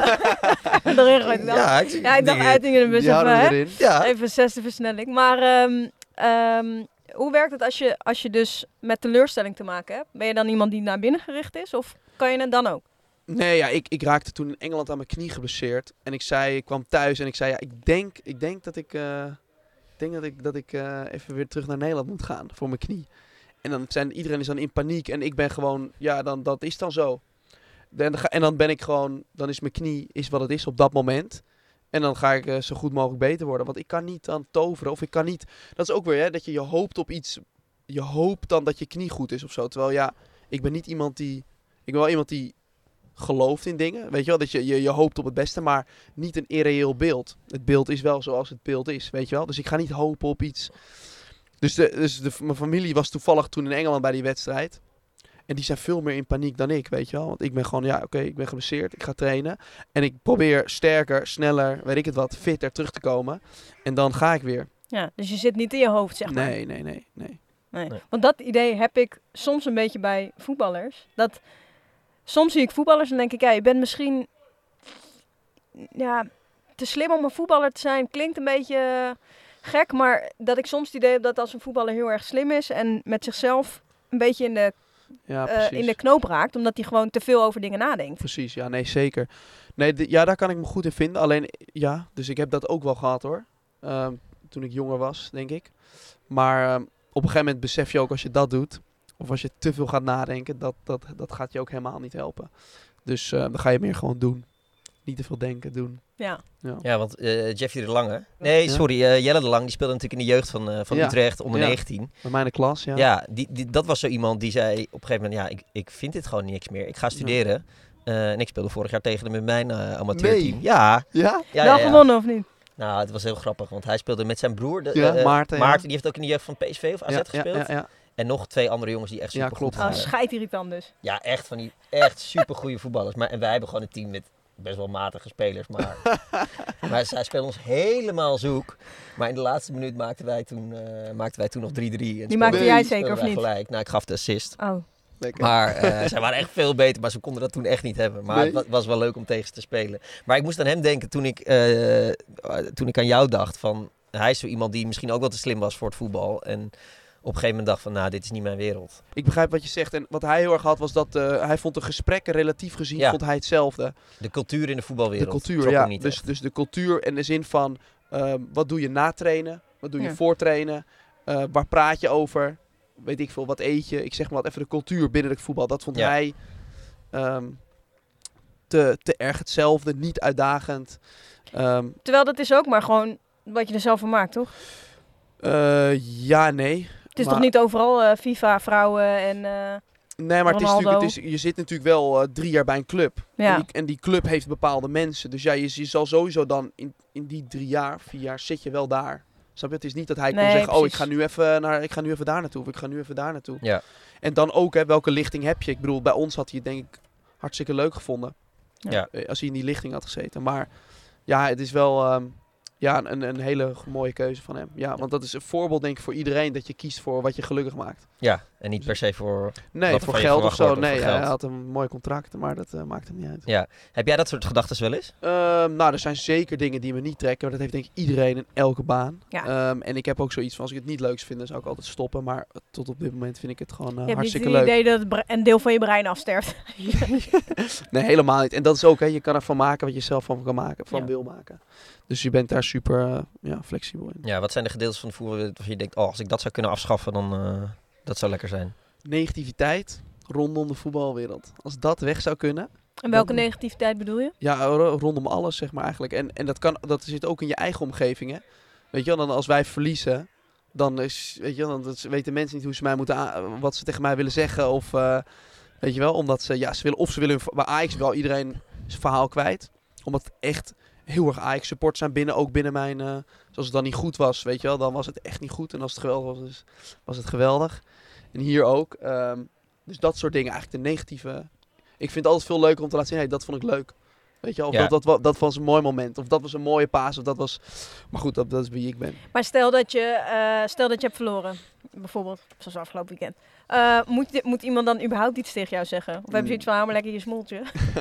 ik dacht uitingen in de bus even, Ja. Even 6e versnelling. Maar hoe werkt het als je dus met teleurstelling te maken hebt? Ben je dan iemand die naar binnen gericht is? Of kan je het dan ook? Nee, ja, ik raakte toen in Engeland aan mijn knie geblesseerd. En ik kwam thuis en ik zei, ja, ik denk dat ik even weer terug naar Nederland moet gaan voor mijn knie. En iedereen is dan in paniek en ik ben gewoon, dat is dan zo. En dan ben ik gewoon, dan is mijn knie wat het is op dat moment. En dan ga ik zo goed mogelijk beter worden. Want ik kan niet dan toveren. Of ik kan niet. Dat is ook weer, hè, dat je hoopt op iets. Je hoopt dan dat je knie goed is of zo. Terwijl ik ben niet iemand die. Ik ben wel iemand die gelooft in dingen. Weet je wel, dat je hoopt op het beste, maar niet een irreëel beeld. Het beeld is wel zoals het beeld is, weet je wel. Dus ik ga niet hopen op iets. Mijn familie was toevallig toen in Engeland bij die wedstrijd. En die zijn veel meer in paniek dan ik, weet je wel. Want ik ben gewoon, ik ben geblesseerd, ik ga trainen. En ik probeer sterker, sneller, weet ik het wat, fitter terug te komen. En dan ga ik weer. Ja, dus je zit niet in je hoofd, zeg maar. Nee. Want dat idee heb ik soms een beetje bij voetballers. Dat soms zie ik voetballers en denk ik, je bent misschien te slim om een voetballer te zijn. Klinkt een beetje gek, maar dat ik soms het idee heb dat als een voetballer heel erg slim is en met zichzelf een beetje in de knoop raakt, omdat hij gewoon te veel over dingen nadenkt. Precies, ja, nee, zeker. Nee, daar kan ik me goed in vinden. Alleen, dus ik heb dat ook wel gehad hoor. Toen ik jonger was, denk ik. Maar op een gegeven moment besef je ook als je dat doet, of als je te veel gaat nadenken, dat gaat je ook helemaal niet helpen. Dus dan ga je meer gewoon doen. Niet te veel denken, doen. Ja, want Jeffrey de Lange. Nee, sorry. Jelle de Lang, die speelde natuurlijk in de jeugd van Utrecht, onder 19. Bij mij in de klas, ja. Ja, dat was zo iemand die zei op een gegeven moment, ik vind dit gewoon niks meer. Ik ga studeren. En ik speelde vorig jaar tegen hem in mijn amateurteam. Nee. Ja. Wel gewonnen of niet? Nou, het was heel grappig, want hij speelde met zijn broer. Maarten. Die heeft ook in de jeugd van PSV of AZ gespeeld. Ja. En nog 2 andere jongens die echt super goed waren. Scheidirritant dus. Ja, echt van die echt super goede voetballers. En wij hebben gewoon een team met best wel matige spelers, maar zij spelen ons helemaal zoek. Maar in de laatste minuut maakten wij toen nog 3-3. Die maakte jij zeker of niet? Gelijk. Nou, ik gaf de assist. Oh. Lekker. Maar zij waren echt veel beter, maar ze konden dat toen echt niet hebben. Maar het was wel leuk om tegen ze te spelen. Maar ik moest aan hem denken toen ik aan jou dacht. Van, hij is zo iemand die misschien ook wel te slim was voor het voetbal. En op een gegeven moment dacht van, dit is niet mijn wereld. Ik begrijp wat je zegt. En wat hij heel erg had, was dat hij vond de gesprekken relatief gezien, vond hij hetzelfde. De cultuur in de voetbalwereld. De cultuur, ja. Dus de cultuur in de zin van, wat doe je na trainen? Wat doe je voor trainen? Waar praat je over? Weet ik veel, wat eet je? Ik zeg maar wat, even de cultuur binnen het voetbal. Dat vond hij te erg hetzelfde, niet uitdagend. Terwijl dat is ook maar gewoon wat je er zelf van maakt, toch? Ja, nee. Het is toch niet overal FIFA, vrouwen en nee, maar Ronaldo. je zit natuurlijk wel 3 jaar bij een club. Ja. En die club heeft bepaalde mensen. Dus ja, je zal sowieso dan in die 3 jaar, 4 jaar zit je wel daar. Snap je? Het is niet dat hij kon zeggen, precies. Ik ga nu even daar naartoe. Of ik ga nu even daar naartoe. Ja. En dan ook, welke lichting heb je? Ik bedoel, bij ons had hij het denk ik hartstikke leuk gevonden. Ja. Als hij in die lichting had gezeten. Maar ja, het is wel een hele mooie keuze van hem. Ja, want dat is een voorbeeld denk ik voor iedereen dat je kiest voor wat je gelukkig maakt. Ja, en niet per se voor... Nee, voor geld of zo. Nee, hij had een mooi contract, maar dat maakt hem niet uit. Ja. Heb jij dat soort gedachten wel eens? Nou, er zijn zeker dingen die me niet trekken. Maar dat heeft denk ik iedereen in elke baan. Ja. En ik heb ook zoiets van, als ik het niet leuk vind, dan zou ik altijd stoppen. Maar tot op dit moment vind ik het gewoon hartstikke leuk. Je leuk. hebt niet het idee dat een deel van je brein afsterft. Nee, helemaal niet. En dat is ook, je kan ervan maken wat je zelf van kan maken, wil maken. Dus je bent daar super flexibel in. Ja, wat zijn de gedeeltes van de voetbal waarvan je denkt, als ik dat zou kunnen afschaffen, dan dat zou lekker zijn? Negativiteit rondom de voetbalwereld. Als dat weg zou kunnen. En welke negativiteit bedoel je? Ja, rondom alles zeg maar eigenlijk. En dat zit ook in je eigen omgeving, hè. Weet je wel, dan als wij verliezen, dan weten mensen niet hoe ze mij wat ze tegen mij willen zeggen. Of weet je wel, omdat ze willen bij Ajax wel iedereen zijn verhaal kwijt. Omdat het echt heel erg Ajax-support zijn binnen mijn... zoals het dan niet goed was, weet je wel, dan was het echt niet goed. En als het geweldig was, was het geweldig. En hier ook. Dus dat soort dingen, eigenlijk de negatieve... Ik vind het altijd veel leuker om te laten zien, dat vond ik leuk. Weet je, of dat was een mooi moment. Of dat was een mooie paas. Of dat was... Maar goed, dat is wie ik ben. Maar stel dat je hebt verloren. Bijvoorbeeld, zoals afgelopen weekend. Moet iemand dan überhaupt iets tegen jou zeggen? Of heb je zoiets van, hou maar lekker je smoltje?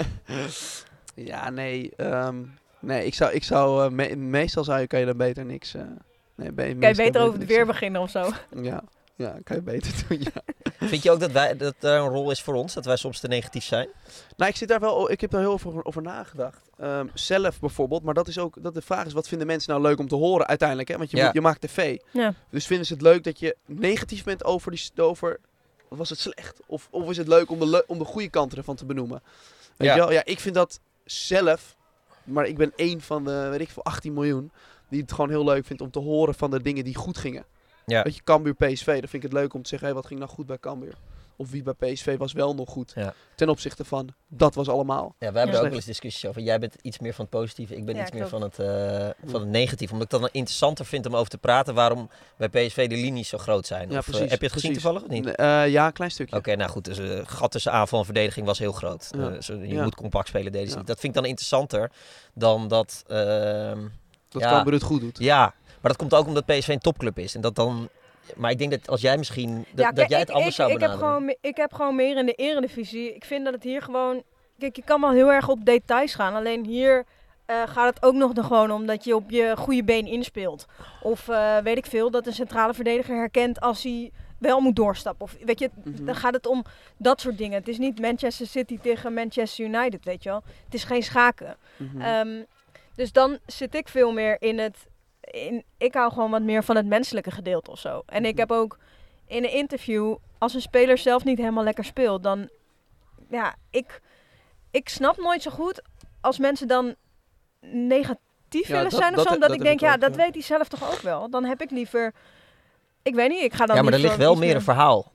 Ja, nee. Nee, meestal kan je dan beter niks... kan je beter over het weer beginnen of zo? Ja, kan je beter doen, ja. Vind je ook dat er een rol is voor ons? Dat wij soms te negatief zijn? Nou, ik heb daar heel veel over nagedacht. Zelf bijvoorbeeld, maar de vraag is, wat vinden mensen nou leuk om te horen uiteindelijk? Hè? Want je maakt tv. Ja. Dus vinden ze het leuk dat je negatief bent over was het slecht? Of is het leuk om de goede kanten ervan te benoemen? Weet je wel? Ja, ik vind dat zelf, maar ik ben één van de, 18 miljoen, die het gewoon heel leuk vindt om te horen van de dingen die goed gingen. Ja. Weet je, Cambuur PSV, dan vind ik het leuk om te zeggen, wat ging nou goed bij Cambuur? Of wie bij PSV was wel nog goed. Ja. Ten opzichte van, dat was allemaal. Ja, we hebben er ook wel eens discussies over. Jij bent iets meer van het positieve, ik ben iets meer van het negatieve. Omdat ik het dan interessanter vind om over te praten waarom bij PSV de linies zo groot zijn. Ja, precies, heb je het gezien toevallig of niet? Ja, een klein stukje. Oké, nou goed, dus het gat tussen aanval en verdediging was heel groot. Je moet compact spelen, deden ze niet. Dat vind ik dan interessanter dan dat... dat Cambuur het goed doet. Ja, maar dat komt ook omdat PSV een topclub is. En dat dan... Maar ik denk dat als jij misschien... dat jij het anders zou benaderen. Ik heb gewoon meer in de eredivisie. Ik vind dat het hier gewoon... Kijk, je kan wel heel erg op details gaan. Alleen hier gaat het ook nog gewoon om dat je op je goede been inspeelt. Of weet ik veel, dat een centrale verdediger herkent als hij wel moet doorstappen. Of weet je, dan gaat het om dat soort dingen. Het is niet Manchester City tegen Manchester United, weet je wel. Het is geen schaken. Dus dan zit ik veel meer in het... Ik hou gewoon wat meer van het menselijke gedeelte of zo. En ik heb ook in een interview, als een speler zelf niet helemaal lekker speelt, dan, ja, ik snap nooit zo goed als mensen dan negatief willen zijn of zo. Omdat ik denk, dat weet hij zelf toch ook wel. Dan heb ik liever, ik weet niet, ik ga dan. Ja, maar er ligt wel meer een verhaal.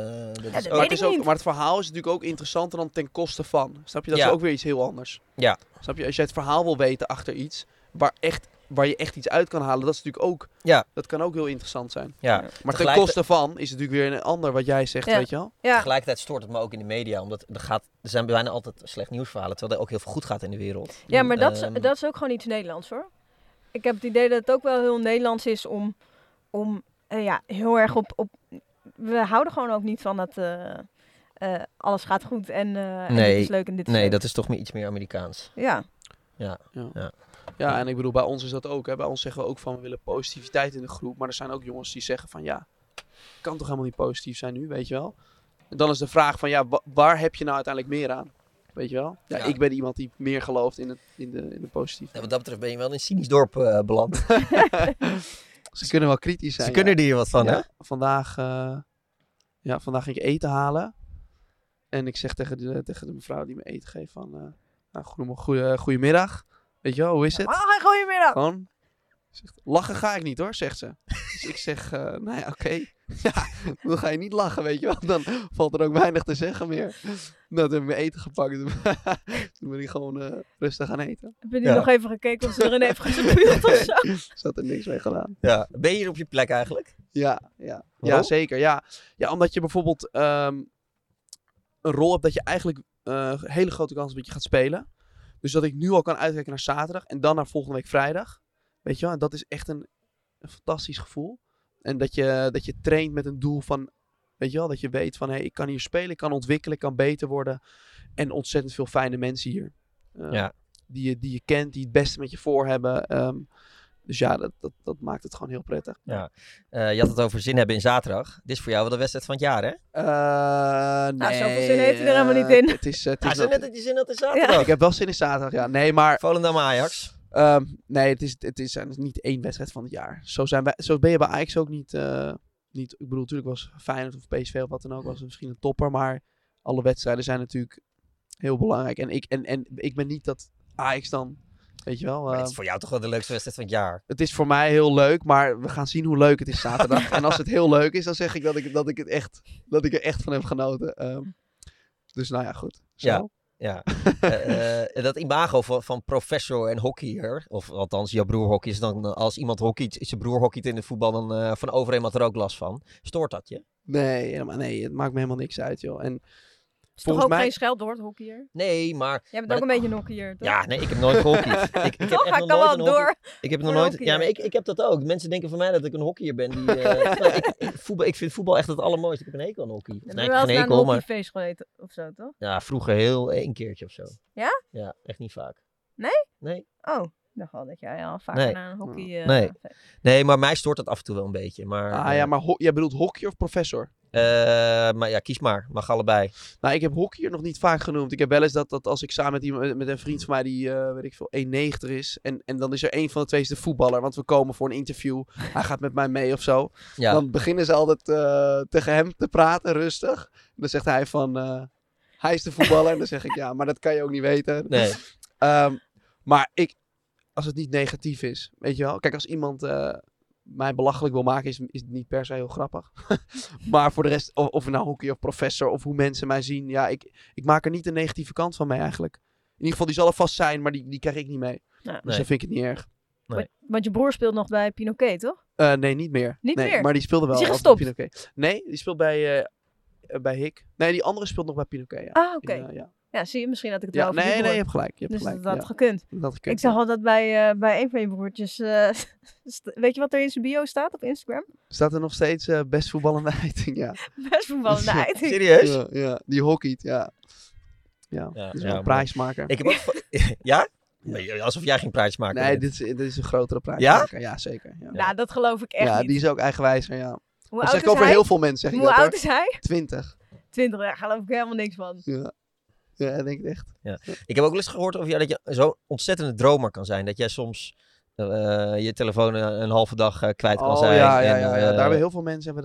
Maar het verhaal is natuurlijk ook interessanter dan ten koste van. Snap je? Dat is ook weer iets heel anders. Ja. Snap je? Als je het verhaal wil weten achter iets waar je echt iets uit kan halen, dat is natuurlijk ook, dat kan ook heel interessant zijn. Ja. Maar ten koste van is het natuurlijk weer een ander wat jij zegt, weet je wel? Ja. Tegelijkertijd stoort het me ook in de media, omdat er zijn bijna altijd slecht nieuwsverhalen, terwijl er ook heel veel goed gaat in de wereld. Ja, maar dat is ook gewoon iets Nederlands hoor. Ik heb het idee dat het ook wel heel Nederlands is om heel erg op... We houden gewoon ook niet van dat alles gaat goed en dit is leuk en dit is leuk. Dat is toch iets meer Amerikaans. Ja. Ja, en ik bedoel, bij ons is dat ook. Hè. Bij ons zeggen we ook van, we willen positiviteit in de groep. Maar er zijn ook jongens die zeggen van, kan toch helemaal niet positief zijn nu, weet je wel? En dan is de vraag van, waar heb je nou uiteindelijk meer aan? Weet je wel? Ja, ik ben iemand die meer gelooft in de positief. Ja, wat dat betreft ben je wel in een cynisch dorp beland. Ze kunnen wel kritisch zijn. Ze kunnen er hier wat van, hè? Vandaag ging ik eten halen. En ik zeg tegen de mevrouw die me eten geeft van... goedemiddag. Weet je wel, hoe is het? Goedemiddag. Gewoon. Zegt, lachen ga ik niet hoor, zegt ze. Dus ik zeg, oké. Ja, dan ga je niet lachen, weet je wel. Dan valt er ook weinig te zeggen meer. Nou, toen heb ik mijn eten gepakt. Toen ben ik gewoon rustig gaan eten. Heb je nog even gekeken of ze erin heeft gespuugd of zo? Ze had er niks mee gedaan. Ja. Ben je hier op je plek eigenlijk? Ja, zeker. Ja, omdat je bijvoorbeeld een rol hebt dat je eigenlijk hele grote kans hebt dat je gaat spelen. Dus dat ik nu al kan uitkijken naar zaterdag en dan naar volgende week vrijdag. Weet je wel, en dat is echt een fantastisch gevoel. En dat je traint met een doel van, weet je wel, dat je weet van, ik kan hier spelen, ik kan ontwikkelen, ik kan beter worden. En ontzettend veel fijne mensen hier. Die je kent, die het beste met je voor hebben. Dus ja, dat maakt het gewoon heel prettig. Ja. Je had het over zin hebben in zaterdag. Dit is voor jou wel de wedstrijd van het jaar, hè? Nee. Zoveel zin heeft hij er helemaal niet in. Het is Net dat je zin had in zaterdag. Ja. Ik heb wel zin in zaterdag, ja. Nee, maar... Volendam Ajax. Nee, het is niet één wedstrijd van het jaar. Zo ben je bij Ajax ook niet... Ik bedoel, natuurlijk was Feyenoord of PSV of wat dan ook, was misschien een topper. Maar alle wedstrijden zijn natuurlijk heel belangrijk. En ik ben niet dat Ajax dan... Weet je wel. Maar het is voor jou toch wel de leukste wedstrijd van het jaar? Het is voor mij heel leuk, maar we gaan zien hoe leuk het is zaterdag. En als het heel leuk is, dan zeg ik dat ik er echt van heb genoten. Dus nou ja, goed. Zo. Ja. Dat imago van professor en hockeyer, of althans jouw broer hockey is dan als iemand hockeyt, zijn broer hockeyt in het voetbal, dan van overheen had er ook last van. Stoort dat je? Nee, het maakt me helemaal niks uit, joh. En is toch ook geen scheldwoord, hockeyer? Nee, maar... Jij bent ook een beetje een hockeyer, toch? Ja, nee, ik heb nooit gehockeyd. Ik heb echt nog nooit een hockey... Ik heb nog nooit... Ja, maar ik heb dat ook. Mensen denken van mij dat ik een hockeyer ben. Ik vind voetbal echt het allermooiste. Ik heb een hekel aan hockey. Je hebt wel eens naar een hockeyfeest gegeten of zo, toch? Ja, vroeger één keertje of zo. Ja? Ja, echt niet vaak. Nee? Nee. Oh, ik dacht al dat jij al vaker naar een hockey... Nee, maar mij stoort dat af en toe wel een beetje. Maar, maar jij bedoelt hockey of professor? Maar ja, kies maar. Mag allebei. Nou, ik heb hockeyer nog niet vaak genoemd. Ik heb wel eens dat als ik samen met een vriend van mij die, weet ik veel, 1,90 is. En dan is er één van de twee is de voetballer. Want we komen voor een interview. Hij gaat met mij mee of zo. Ja. Dan beginnen ze altijd tegen hem te praten, rustig. En dan zegt hij van, hij is de voetballer. En dan zeg ik, ja, maar dat kan je ook niet weten. Nee. Maar als het niet negatief is, weet je wel. Kijk, als iemand... mij belachelijk wil maken, is het niet per se heel grappig. Maar voor de rest, of nou hockey of professor, of hoe mensen mij zien, ja, ik maak er niet een negatieve kant van mee eigenlijk. In ieder geval, die zal er vast zijn, maar die krijg ik niet mee. Ja. Dus dan vind ik het niet erg. Nee. Want je broer speelt nog bij Pinoquet, toch? Nee, niet meer. Niet meer? Maar die speelde wel. Is hij gestopt? Bij Pinoquet. Nee, die speelt bij Hik. Nee, die andere speelt nog bij Pinoquet, ja. Ah, oké. Ja, zie je, misschien dat ik het wel over Nee, je hebt gelijk. Dus dat had gekund. Ik zag altijd bij een van je broertjes... weet je wat er in zijn bio staat op Instagram? Staat er nog steeds best voetballende eiting, ja. Best voetballende eiting? Serieus? Ja, die hockeyt, ja. Ja, dat is wel een prijsmaker. Ik heb ook... Ja? Nee, alsof jij geen prijsmaker bent. Nee, dit is een grotere prijsmaker. Ja, zeker. Ja. Nou, dat geloof ik echt niet. Ja, die is ook eigenwijzer, ja. Hoe dat zeg ik over heel veel mensen. Hoe oud is hij? 20. 20, daar geloof ik helemaal niks van. Ja, ik denk het echt. Ja. Ik heb ook wel eens gehoord over jou dat je zo'n ontzettende dromer kan zijn. Dat jij soms je telefoon een halve dag kwijt kan zijn. Ja. Daar hebben heel veel mensen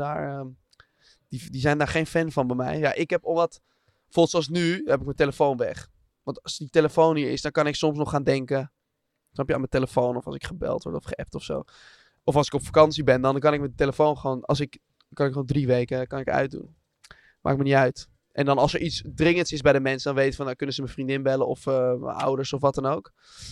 die zijn daar geen fan van bij mij. Ja, ik heb bijvoorbeeld zoals nu, heb ik mijn telefoon weg. Want als die telefoon hier is, dan kan ik soms nog gaan denken. Snap je, aan mijn telefoon of als ik gebeld word of geappt of zo. Of als ik op vakantie ben, dan kan ik mijn telefoon gewoon, kan ik gewoon 3 weken uitdoen. Maakt me niet uit. En dan als er iets dringends is bij de mensen, dan weet ik van, dan kunnen ze mijn vriendin bellen of mijn ouders of wat dan ook.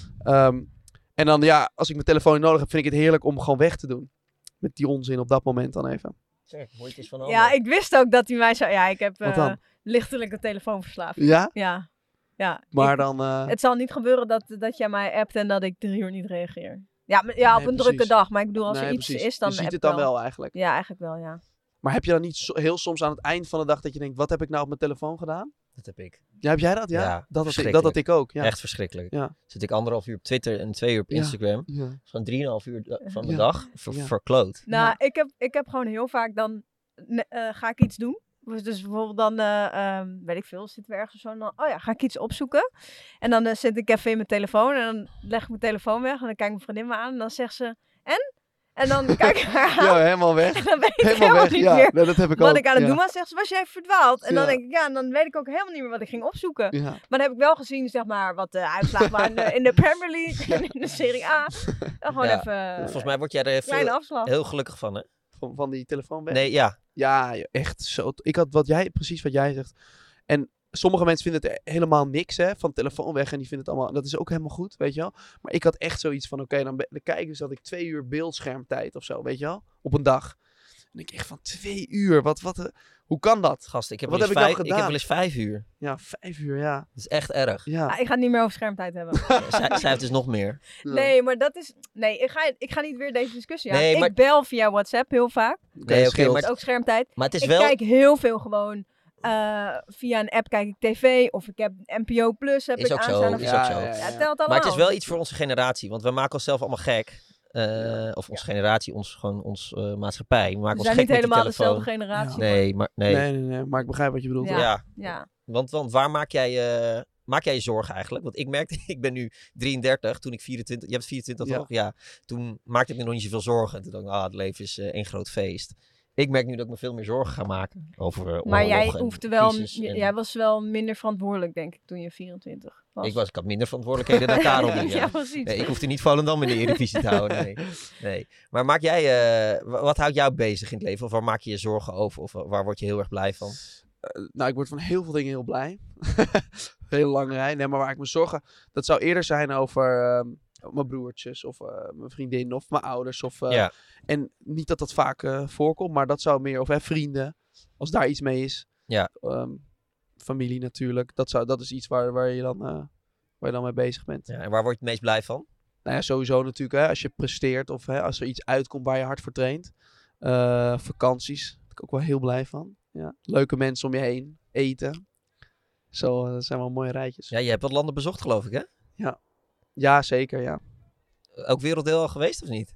En dan ja, als ik mijn telefoon niet nodig heb, vind ik het heerlijk om gewoon weg te doen. Met die onzin op dat moment dan even. Zeg, mooitjes van ja, ik wist ook dat hij mij zou... Ja, ik heb lichtelijke telefoonverslaving. Ja? Ja. Maar het zal niet gebeuren dat jij mij appt en dat ik 3 uur niet reageer. Ja, op een drukke dag. Maar ik bedoel, als er iets is, dan je ziet het dan wel eigenlijk. Ja, eigenlijk wel, ja. Maar heb je dan niet heel soms aan het eind van de dag dat je denkt, wat heb ik nou op mijn telefoon gedaan? Dat heb ik. Ja, heb jij dat? Ja, dat had ik ook. Ja. Echt verschrikkelijk. Ja. Zit ik 1,5 uur op Twitter en 2 uur op Instagram. Ja. Zo'n 3,5 uur van de dag verkloot. Nou, ik heb gewoon heel vaak dan ga ik iets doen. Dus bijvoorbeeld dan, weet ik veel, zitten we ergens of zo. En dan, ga ik iets opzoeken. En dan zit ik even in mijn telefoon en dan leg ik mijn telefoon weg. En dan kijkt mijn vriendin me aan en dan zegt ze, En dan kijk ik haar aan. Ja, helemaal weg. En dan weet ik Helemaal helemaal weg. niet Ja, meer nee, dat heb ik wat ook. ik aan het Ja. doen was. Zegt ze, was jij verdwaald? En dan Ja. denk ik, ja, en dan weet ik ook helemaal niet meer wat ik ging opzoeken. Ja. Maar dan heb ik wel gezien, zeg maar, wat de uitslagen waren in de Premier League en in de Serie A. En gewoon Ja. even Volgens mij word jij er kleine veel, afslag. heel gelukkig van, hè? Van die telefoon weg. Nee, ja. Ja, echt zo. Ik had precies wat jij zegt. En sommige mensen vinden het helemaal niks, hè, van telefoon weg. En die vinden het allemaal, dat is ook helemaal goed, weet je wel. Maar ik had echt zoiets van, oké, dan kijk ik dus dat ik 2 uur beeldschermtijd of zo, weet je wel. Op een dag. En ik echt van 2 uur, hoe kan dat? Gast, ik heb Wat wel eens heb ik nou ik heb gedaan? wel eens 5 uur. Ja, 5 uur, ja. Dat is echt erg. Ja. Ah, ik ga het niet meer over schermtijd hebben. Zij heeft dus nog meer. Nee, maar dat is... Nee, ik ga niet weer deze discussie aan. Nee, maar- Ik bel via WhatsApp heel vaak. Nee, oké, scheelt. maar, Dat is ook schermtijd. maar het is Ik wel... kijk heel veel gewoon... via een app kijk ik tv. Of ik heb NPO Plus heb Is ik ook zo, aanstaan. is ook zo. Ja, het telt allemaal. Maar het is wel iets voor onze generatie. Want we maken onszelf allemaal gek. Of onze generatie, onze maatschappij. We maken We ons zijn gek niet met die helemaal telefoon. dezelfde generatie. Nee, maar nee. Nee, maar ik begrijp wat je bedoelt. Ja. Ja. Ja. Want waar maak jij je zorgen eigenlijk? Want ik merkte, ik ben nu 33, toen ik 24... Je hebt 24 Ja. toch? Ja. Toen maakte ik me nog niet zoveel zorgen. En toen dacht ik, het leven is één groot feest. Ik merk nu dat ik me veel meer zorgen ga maken. Over Maar jij oorlog en hoefde wel... crisis en- Jij was wel minder verantwoordelijk, denk ik, toen je 24 was. Ik had minder verantwoordelijkheden dan Karel nu. Ja, precies. Nee, ik hoefde niet Volendam in de Eredivisie te houden. Nee. Maar maak jij, wat houdt jou bezig in het leven? Of waar maak je je zorgen over? Of waar word je heel erg blij van? Nou, ik word van heel veel dingen heel blij. Heel lange rij. Nee, maar waar ik me zorgen... Dat zou eerder zijn over mijn broertjes of mijn vriendin of mijn ouders. Of, Ja. En niet dat dat vaak voorkomt, maar dat zou meer... Of vrienden, als daar iets mee is. Ja. Familie natuurlijk. Dat is iets waar je dan mee bezig bent. Ja, en waar word je het meest blij van? Nou ja, sowieso natuurlijk. Hè, als je presteert of als er iets uitkomt waar je hard voor traint. Vakanties. Daar ben ik ook wel heel blij van. Ja. Leuke mensen om je heen. Eten. Zo, dat zijn wel mooie rijtjes. Ja, je hebt wat landen bezocht geloof ik hè? Ja, zeker, ja. Ook werelddeel al geweest of niet?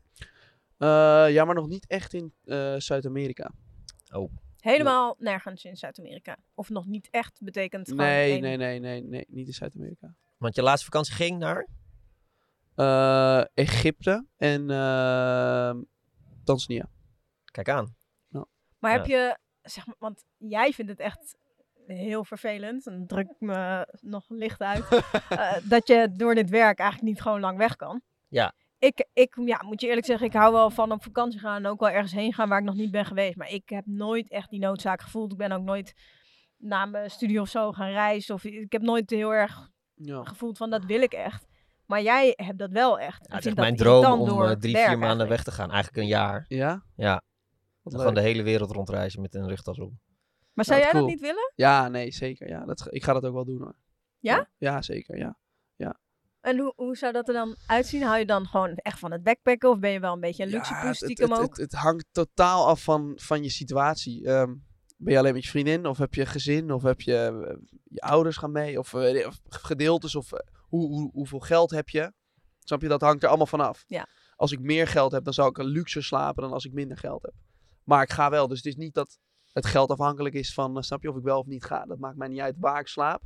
Ja, maar nog niet echt in Zuid-Amerika. Helemaal nergens in Zuid-Amerika. Of nog niet echt betekent gewoon Nee, één. niet in Zuid-Amerika. Want je laatste vakantie ging naar? Egypte en Tanzania. Kijk aan. Maar Ja. heb je, zeg maar, want jij vindt het echt heel vervelend, en dan druk ik me nog licht uit, dat je door dit werk eigenlijk niet gewoon lang weg kan. Ja. Ik moet je eerlijk zeggen, ik hou wel van op vakantie gaan en ook wel ergens heen gaan waar ik nog niet ben geweest. Maar ik heb nooit echt die noodzaak gevoeld. Ik ben ook nooit naar mijn studie of zo gaan reizen. Of ik heb nooit heel erg Ja. gevoeld van dat wil ik echt. Maar jij hebt dat wel echt. Ja, het is vindt mijn dat droom irritant om door 3-4 werk maanden eigenlijk. weg te gaan. Eigenlijk een jaar. Ja? Ja. Wat Gewoon de leuk. hele wereld rondreizen met een rugtas op. Maar zou Wat jij cool. dat niet willen? Ja, nee, zeker. Ja. Ik ga dat ook wel doen hoor. Ja? Ja, zeker, ja. En hoe zou dat er dan uitzien? Hou je dan gewoon echt van het backpacken? Of ben je wel een beetje een luxe Ja, poes stiekem ook? Het hangt totaal af van je situatie. Ben je alleen met je vriendin? Of heb je gezin? Of heb je je ouders gaan mee? Of gedeeltes? Of hoeveel geld heb je? Snap je? Dat hangt er allemaal van af. Ja. Als ik meer geld heb, dan zou ik luxer slapen dan als ik minder geld heb. Maar ik ga wel. Dus het is niet dat het geld afhankelijk is van, snap je, of ik wel of niet ga. Dat maakt mij niet uit waar ik slaap.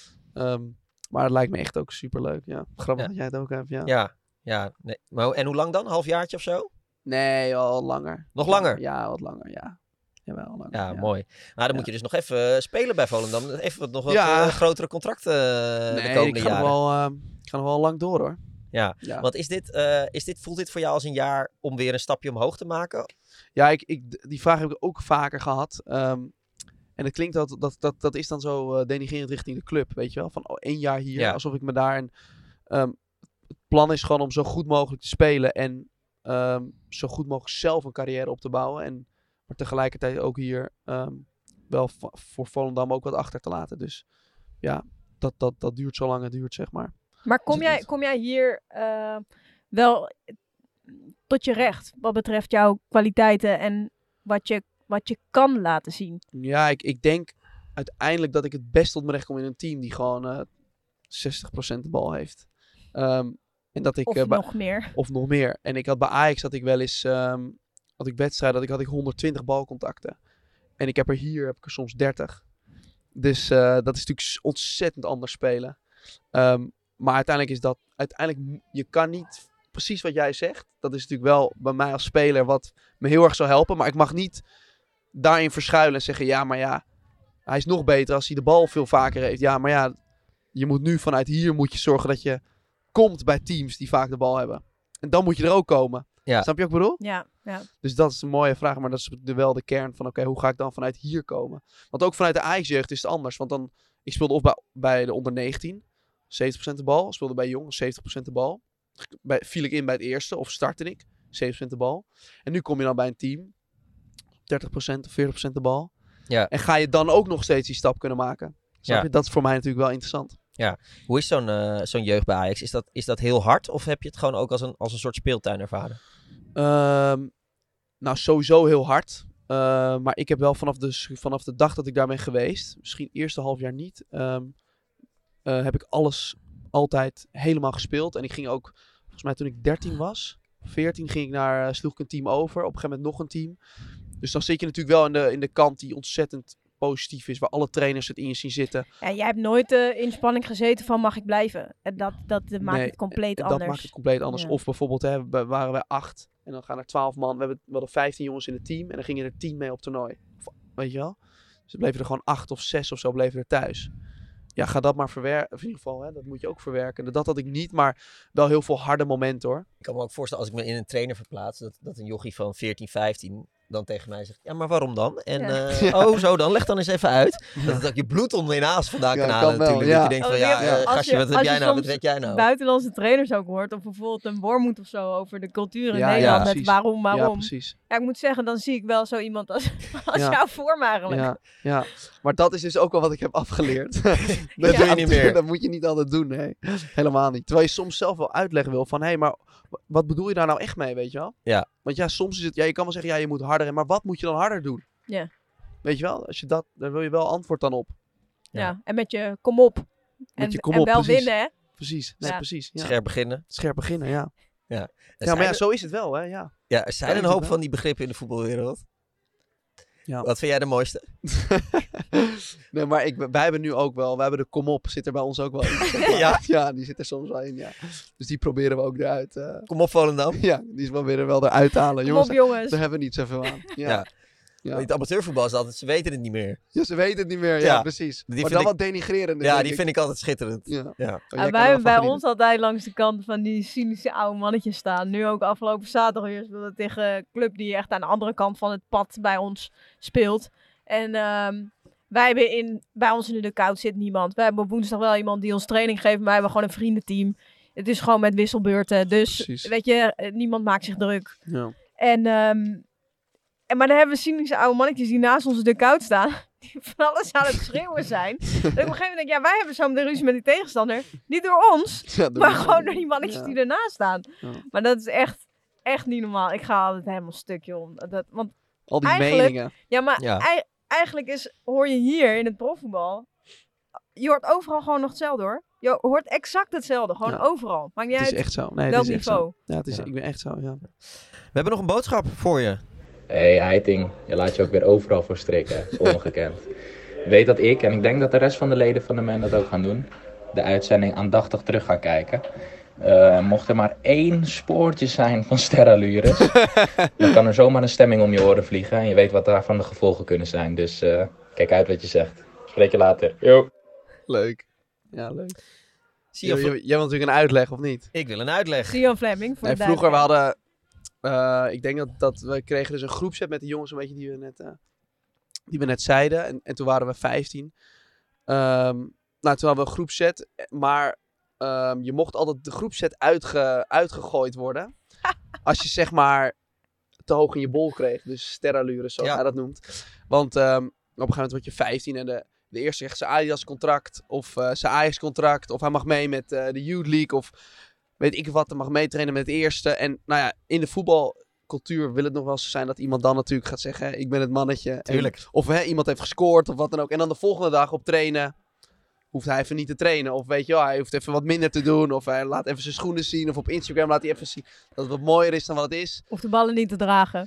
Maar het lijkt me echt ook superleuk. Ja. Grappig Ja. dat jij het ook hebt. Ja. Ja. Nee. Maar, en hoe lang dan? Halfjaartje of zo? Nee, al langer. Nog langer? Ja, wat langer, ja. Jawel, langer. Ja, mooi. Nou, dan moet je dus nog even spelen bij Volendam. Even nog wat Ja. grotere contracten de Nee, komende ik ga jaren. nog wel lang door hoor. Ja. Ja. Want voelt dit voor jou als een jaar om weer een stapje omhoog te maken? Ja, die vraag heb ik ook vaker gehad. En het klinkt dat is dan zo denigrerend richting de club, weet je wel. Van 1 jaar hier, Ja. alsof ik me daar... het plan is gewoon om zo goed mogelijk te spelen en zo goed mogelijk zelf een carrière op te bouwen. Maar tegelijkertijd ook hier wel voor Volendam ook wat achter te laten. Dus ja, dat duurt zo lang het duurt, zeg maar. Maar Dus kom jij hier wel tot je recht wat betreft jouw kwaliteiten en wat je kan laten zien? Ja, ik denk uiteindelijk dat ik het best tot mijn recht kom in een team die gewoon 60% de bal heeft. En dat ik, Of nog meer? Of nog meer. En ik had bij Ajax had ik wel eens had ik wedstrijden, had ik 120 balcontacten. En ik heb er soms 30. Dus dat is natuurlijk ontzettend anders spelen. Maar uiteindelijk je kan niet precies wat jij zegt. Dat is natuurlijk wel bij mij als speler wat me heel erg zou helpen. Maar ik mag niet daarin verschuilen en zeggen, ja, maar ja, hij is nog beter als hij de bal veel vaker heeft. Ja, maar ja, je moet nu vanuit hier moet je zorgen dat je komt bij teams die vaak de bal hebben. En dan moet je er ook komen. Ja. Snap je wat ik bedoel? Ja. Dus dat is een mooie vraag, maar dat is wel de kern van, oké, hoe ga ik dan vanuit hier komen? Want ook vanuit de Ajax-jeugd is het anders. Want dan, ik speelde of bij de onder 19, 70% de bal. Speelde bij jong, 70% de bal. Viel ik in bij het eerste, of startte ik, 70% de bal. En nu kom je dan bij een team, 30% of 40% de bal. Ja. En ga je dan ook nog steeds die stap kunnen maken? Snap je? Dat is voor mij natuurlijk wel interessant. Ja. Hoe is zo'n jeugd bij Ajax? Is dat heel hard of heb je het gewoon ook als een soort speeltuin ervaren? Nou, sowieso heel hard. Maar ik heb wel vanaf de dag dat ik daar ben geweest, misschien eerste half jaar niet, heb ik alles altijd helemaal gespeeld. En ik ging ook, volgens mij toen ik 13 was, 14, sloeg ik een team over. Op een gegeven moment nog een team. Dus dan zit je natuurlijk wel in de kant die ontzettend positief is, waar alle trainers het in zien zitten. Ja, jij hebt nooit in spanning gezeten van mag ik blijven? En dat maakt het compleet anders. Dat maakt het compleet anders. Ja. Of bijvoorbeeld, waren wij 8 en dan gaan er 12 man. We hadden 15 jongens in het team en dan gingen er 10 mee op toernooi. Weet je wel? Dus dan bleven er gewoon 8 of 6 of zo bleven er thuis. Ja, ga dat maar verwerken. In ieder geval, dat moet je ook verwerken. Dat had ik niet, maar wel heel veel harde momenten hoor. Ik kan me ook voorstellen, als ik me in een trainer verplaats, dat een jochie van 14, 15 dan tegen mij zegt, ja, maar waarom dan? En zo dan, leg dan eens even uit. Dat het ook je bloed onder je naast vandaan kan halen natuurlijk. Ja. Dat je denkt van, gastje, wat weet jij nou? Buitenlandse trainers ook hoort, of bijvoorbeeld een Wormoed of zo over de cultuur in Nederland, ja, met waarom. Ja, precies. Ja, ik moet zeggen, dan zie ik wel zo iemand als jou voor me eigenlijk. Ja, maar dat is dus ook wel wat ik heb afgeleerd. Dat doe je niet meer. Dat moet je niet altijd doen, nee. Helemaal niet. Terwijl je soms zelf wel uitleg wil van, hé, maar wat bedoel je daar nou echt mee, weet je wel? Ja. Want ja, soms is het, je kan wel zeggen, ja, je moet harder, maar wat moet je dan harder doen? Ja. Weet je wel? Als je daar wil je wel antwoord dan op. Ja, en met je kom op. En wel precies. winnen, hè? Precies, nee, precies. Ja. Scherp beginnen. Scherp beginnen, ja. Ja, maar ja, zo is het wel, hè, ja. Ja, er zijn een hoop van die begrippen in de voetbalwereld. Ja. Wat vind jij de mooiste? Nee, maar wij hebben nu ook wel, wij hebben de kom op, zit er bij ons ook wel in. Ja, die zit er soms wel in, ja. Dus die proberen we ook eruit. Kom op, Volendam. Ja, die proberen we wel eruit te halen. Kom op, jongens. Daar hebben we niet zoveel aan. Ja. In het amateurvoetbal is altijd, ze weten het niet meer. Ja, ze weten het niet meer, ja precies. Maar dan wat denigrerend. Ja, die vind ik altijd schitterend. Ja. Wij hebben bij ons altijd langs de kant van die cynische oude mannetjes staan. Nu ook afgelopen zaterdag weer speelde tegen een club die echt aan de andere kant van het pad bij ons speelt. En wij hebben bij ons in de dugout zit niemand. Wij hebben op woensdag wel iemand die ons training geeft, maar wij hebben gewoon een vriendenteam. Het is gewoon met wisselbeurten. Dus precies. Weet je, niemand maakt zich druk. Ja. Maar dan hebben we cynische oude mannetjes die naast onze dugout staan. Die van alles aan het schreeuwen zijn. Dat ik op een gegeven moment denk, ja, wij hebben zo meteen ruzie met die tegenstander. Niet door ons, maar gewoon door die mannetjes die ernaast staan. Ja. Maar dat is echt niet normaal. Ik ga altijd helemaal stuk, joh. Want al die meningen. Ja, maar eigenlijk hoor je hier in het profvoetbal, je hoort overal gewoon nog hetzelfde, hoor. Je hoort exact hetzelfde, gewoon overal. Maakt niet uit. Het is echt zo. Nee, welk niveau. Ja, ik ben echt zo, ja. We hebben nog een boodschap voor je. Hey Heiting, je laat je ook weer overal voor strikken, dat is ongekend. Weet dat ik, en ik denk dat de rest van de leden van de MEN dat ook gaan doen, de uitzending aandachtig terug gaan kijken. Mocht er maar 1 spoortje zijn van sterallures, dan kan er zomaar een stemming om je oren vliegen. En je weet wat daarvan de gevolgen kunnen zijn. Dus kijk uit wat je zegt. Spreek je later. Yo. Leuk. Ja, leuk. Jij wil natuurlijk een uitleg, of niet? Ik wil een uitleg. Sian Fleming. Vroeger, we hadden... ik denk dat we kregen dus een groepset met de jongens, een beetje die we net zeiden. En toen waren we 15. Toen hadden we een groepset, maar je mocht altijd de groepset uitgegooid worden. Als je zeg maar te hoog in je bol kreeg. Dus sterallures, zoals hij dat noemt. Want op een gegeven moment word je 15 en de eerste krijgt zijn Adidas contract of zijn Ajax contract. Of hij mag mee met de Youth League of... weet ik wat, dan mag meetrainen met het eerste. En nou ja, in de voetbalcultuur wil het nog wel zo zijn dat iemand dan natuurlijk gaat zeggen, ik ben het mannetje. Tuurlijk. Of iemand heeft gescoord of wat dan ook. En dan de volgende dag op trainen hoeft hij even niet te trainen. Of weet je wel, hij hoeft even wat minder te doen. Of hij laat even zijn schoenen zien. Of op Instagram laat hij even zien dat het wat mooier is dan wat het is. Of de ballen niet te dragen.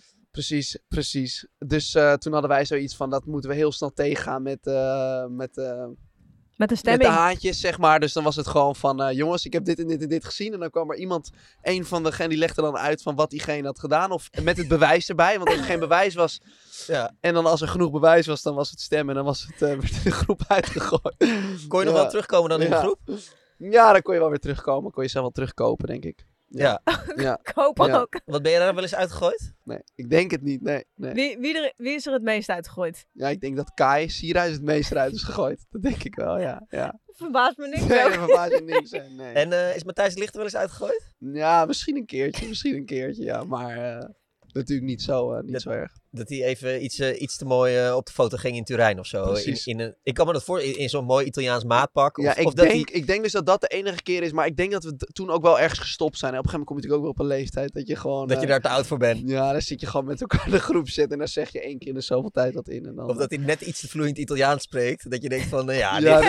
Precies. Dus toen hadden wij zoiets van, dat moeten we heel snel tegengaan met Met de stemming. Met de haantjes, zeg maar. Dus dan was het gewoon van... jongens, ik heb dit en dit en dit gezien. En dan kwam er iemand... Een van degenen die legde dan uit van wat diegene had gedaan. Of met het bewijs erbij. Want als er geen bewijs was... Ja. En dan als er genoeg bewijs was, dan was het stemmen. En dan was het werd de groep uitgegooid. Kon je nog wel terugkomen dan in de groep? Ja, dan kon je wel weer terugkomen. Kon je zelf wel terugkopen, denk ik. Ja. Kopen ook. Wat ben je daar wel eens uitgegooid? Nee, ik denk het niet. Nee. Wie is er het meest uitgegooid? Ja, ik denk dat Kai Sierhuis het meest eruit is gegooid. Dat denk ik wel, ja. Verbaast me niks. Nee, dat verbaast me niks. Nee. En is Matthijs de Ligt er wel eens uitgegooid? Ja, misschien een keertje, ja. Maar natuurlijk niet zo erg. Dat hij even iets te mooi op de foto ging in Turijn of zo. Ik kan me dat voor in zo'n mooi Italiaans maatpak. Ja, ik denk dus dat de enige keer is. Maar ik denk dat we toen ook wel ergens gestopt zijn. En op een gegeven moment kom je natuurlijk ook wel op een leeftijd dat je gewoon... Dat je daar te oud voor bent. Ja, dan zit je gewoon met elkaar in de groep zitten. En dan zeg je 1 keer in de zoveel tijd wat in. En dan, of dat hij net iets te vloeiend Italiaans spreekt. Dat je denkt van, dit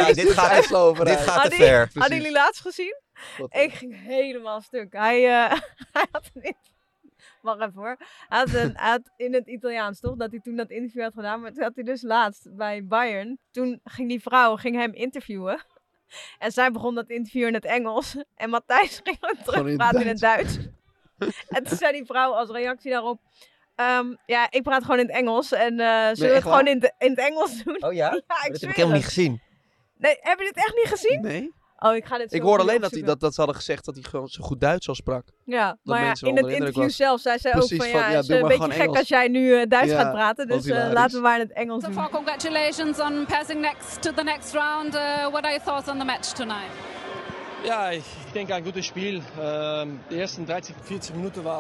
gaat te ver. Hadden jullie laatst gezien? Ik ging helemaal stuk. Hij had niet... Wacht even hoor. Hij had in het Italiaans toch, dat hij toen dat interview had gedaan. Maar toen had hij dus laatst bij Bayern. Toen ging die vrouw hem interviewen. En zij begon dat interview in het Engels. En Matthijs ging hem terugpraten in het Duits. En toen zei die vrouw als reactie daarop... ja, ik praat gewoon in het Engels. En zullen we het gewoon in het Engels doen? Oh ja? Dat heb ik helemaal niet gezien. Nee, heb je dit echt niet gezien? Nee. Oh, ik ga dit zo ik hoorde alleen dat ze hadden gezegd dat hij gewoon zo goed Duits al sprak. Ja, maar in het interview zelf zei ze ook van het is een beetje gek Engels. Als jij nu Duits gaat praten. Dus laten we maar in het Engels doen. So far, congratulations on passing to the next round. What are your thoughts on the match tonight? Ja, ich denke ein gutes Spiel. Die ersten 30, 40 Minuten war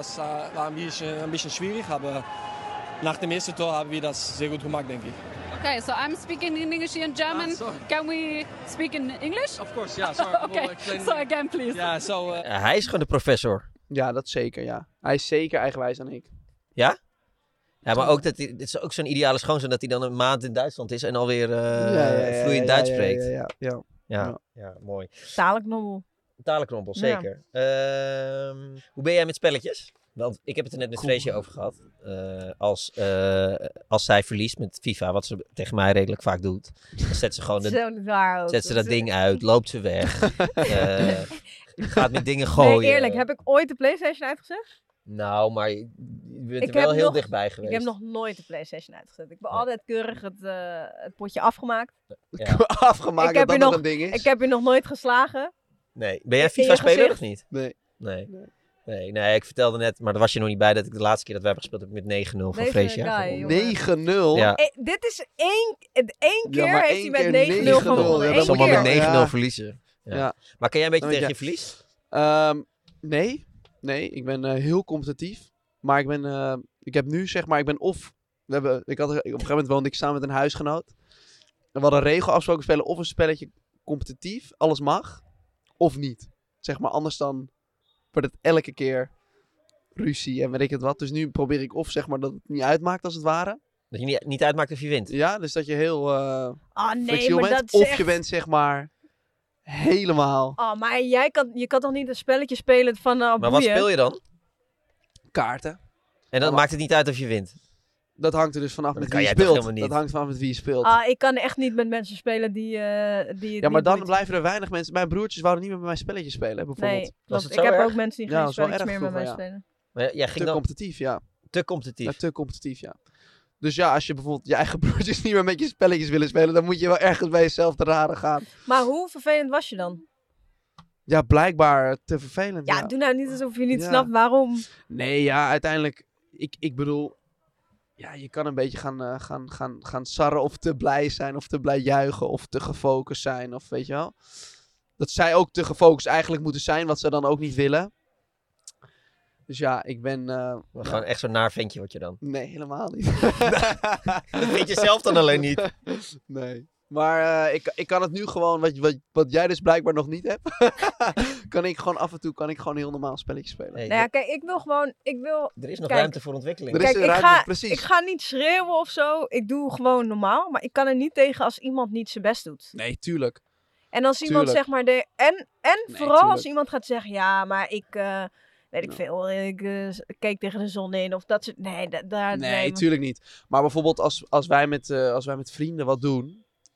ein bisschen schwierig, aber nach dem ersten Tor haben wir das sehr gut gemacht, denke ich. Okay, so I'm speaking in English and German. Can we speak in English? Of course, yeah. Sorry. Okay, so again, please. Yeah, so, hij is gewoon de professor. Ja, dat zeker, ja. Hij is zeker eigenwijs dan ik. Ja? Ja, maar ook dit is ook zo'n ideale schoonzoon dat hij dan een maand in Duitsland is en alweer vloeiend Duits spreekt. Ja, mooi. Talenknobbel, zeker. Ja. Hoe ben jij met spelletjes? Want ik heb het er net met Freesje over gehad. Als zij verliest met FIFA, wat ze tegen mij redelijk vaak doet, dan zet ze gewoon dat ding uit, loopt ze weg, gaat met dingen gooien. Nee, eerlijk, heb ik ooit de PlayStation uitgezet? Nou, maar je bent er wel heel dichtbij geweest. Ik heb nog nooit de PlayStation uitgezet. Ik ben altijd keurig het potje afgemaakt. Ja. Afgemaakt, dat nog een ding is. Ik heb je nog nooit geslagen. Nee. Ben jij FIFA-speler of niet? Nee, ik vertelde net, maar daar was je nog niet bij, dat ik de laatste keer dat we hebben gespeeld heb met 9-0 van Freesia. 9-0? Ja. Dit is één keer heeft hij met 9-0 gewonnen. Ja, allemaal met 9-0 verliezen. Ja. Maar kan jij een beetje tegen je verlies? Nee, ik ben heel competitief. Maar ik heb nu zeg maar, op een gegeven moment woonde ik samen met een huisgenoot. En we hadden een regel afgesproken spelen of een spelletje competitief, alles mag, of niet. Zeg maar, anders dan wordt het elke keer ruzie en weet ik het wat. Dus nu probeer ik of zeg maar dat het niet uitmaakt als het ware. Dat je niet uitmaakt of je wint? Ja, dus dat je heel flexibel bent. Of je bent zeg maar helemaal... maar je kan toch niet een spelletje spelen van maar boeien? Wat speel je dan? Kaarten. En dan maakt het niet uit of je wint? Dat hangt er dus vanaf met wie je speelt. Dat hangt vanaf met wie je speelt. Ik kan echt niet met mensen spelen die ja, maar dan blijven er weinig mensen... Mijn broertjes wouden niet meer met mij spelletjes spelen, bijvoorbeeld. Nee, ik heb ook mensen die geen spelletjes meer met mij spelen. Maar jij ging competitief, ja. Te competitief? Ja, te competitief, ja. Dus ja, als je bijvoorbeeld je eigen broertjes niet meer met je spelletjes willen spelen, dan moet je wel ergens bij jezelf te raden gaan. Maar hoe vervelend was je dan? Ja, blijkbaar te vervelend. Ja, doe nou niet alsof je niet snapt waarom. Nee, ja, uiteindelijk, ik bedoel, ja, je kan een beetje gaan sarren of te blij zijn of te blij juichen of te gefocust zijn of weet je wel. Dat zij ook te gefocust eigenlijk moeten zijn, wat ze dan ook niet willen. Dus ja, ik ben... Gewoon echt zo'n naar ventje word je dan? Nee, helemaal niet. Dat weet je zelf dan alleen niet. Nee. Maar ik kan het nu gewoon, wat jij dus blijkbaar nog niet hebt, kan ik gewoon af en toe gewoon heel normaal spelletje spelen. Nou ja, kijk, ik wil... Er is nog ruimte voor ontwikkeling. Ik ga niet schreeuwen of zo. Ik doe gewoon normaal. Maar ik kan er niet tegen als iemand niet zijn best doet. Nee, tuurlijk. En als iemand zeg maar... vooral als iemand gaat zeggen, ja, maar ik... weet ik veel, ik keek tegen de zon in of dat soort... Nee, tuurlijk niet. Maar bijvoorbeeld als wij met vrienden wat doen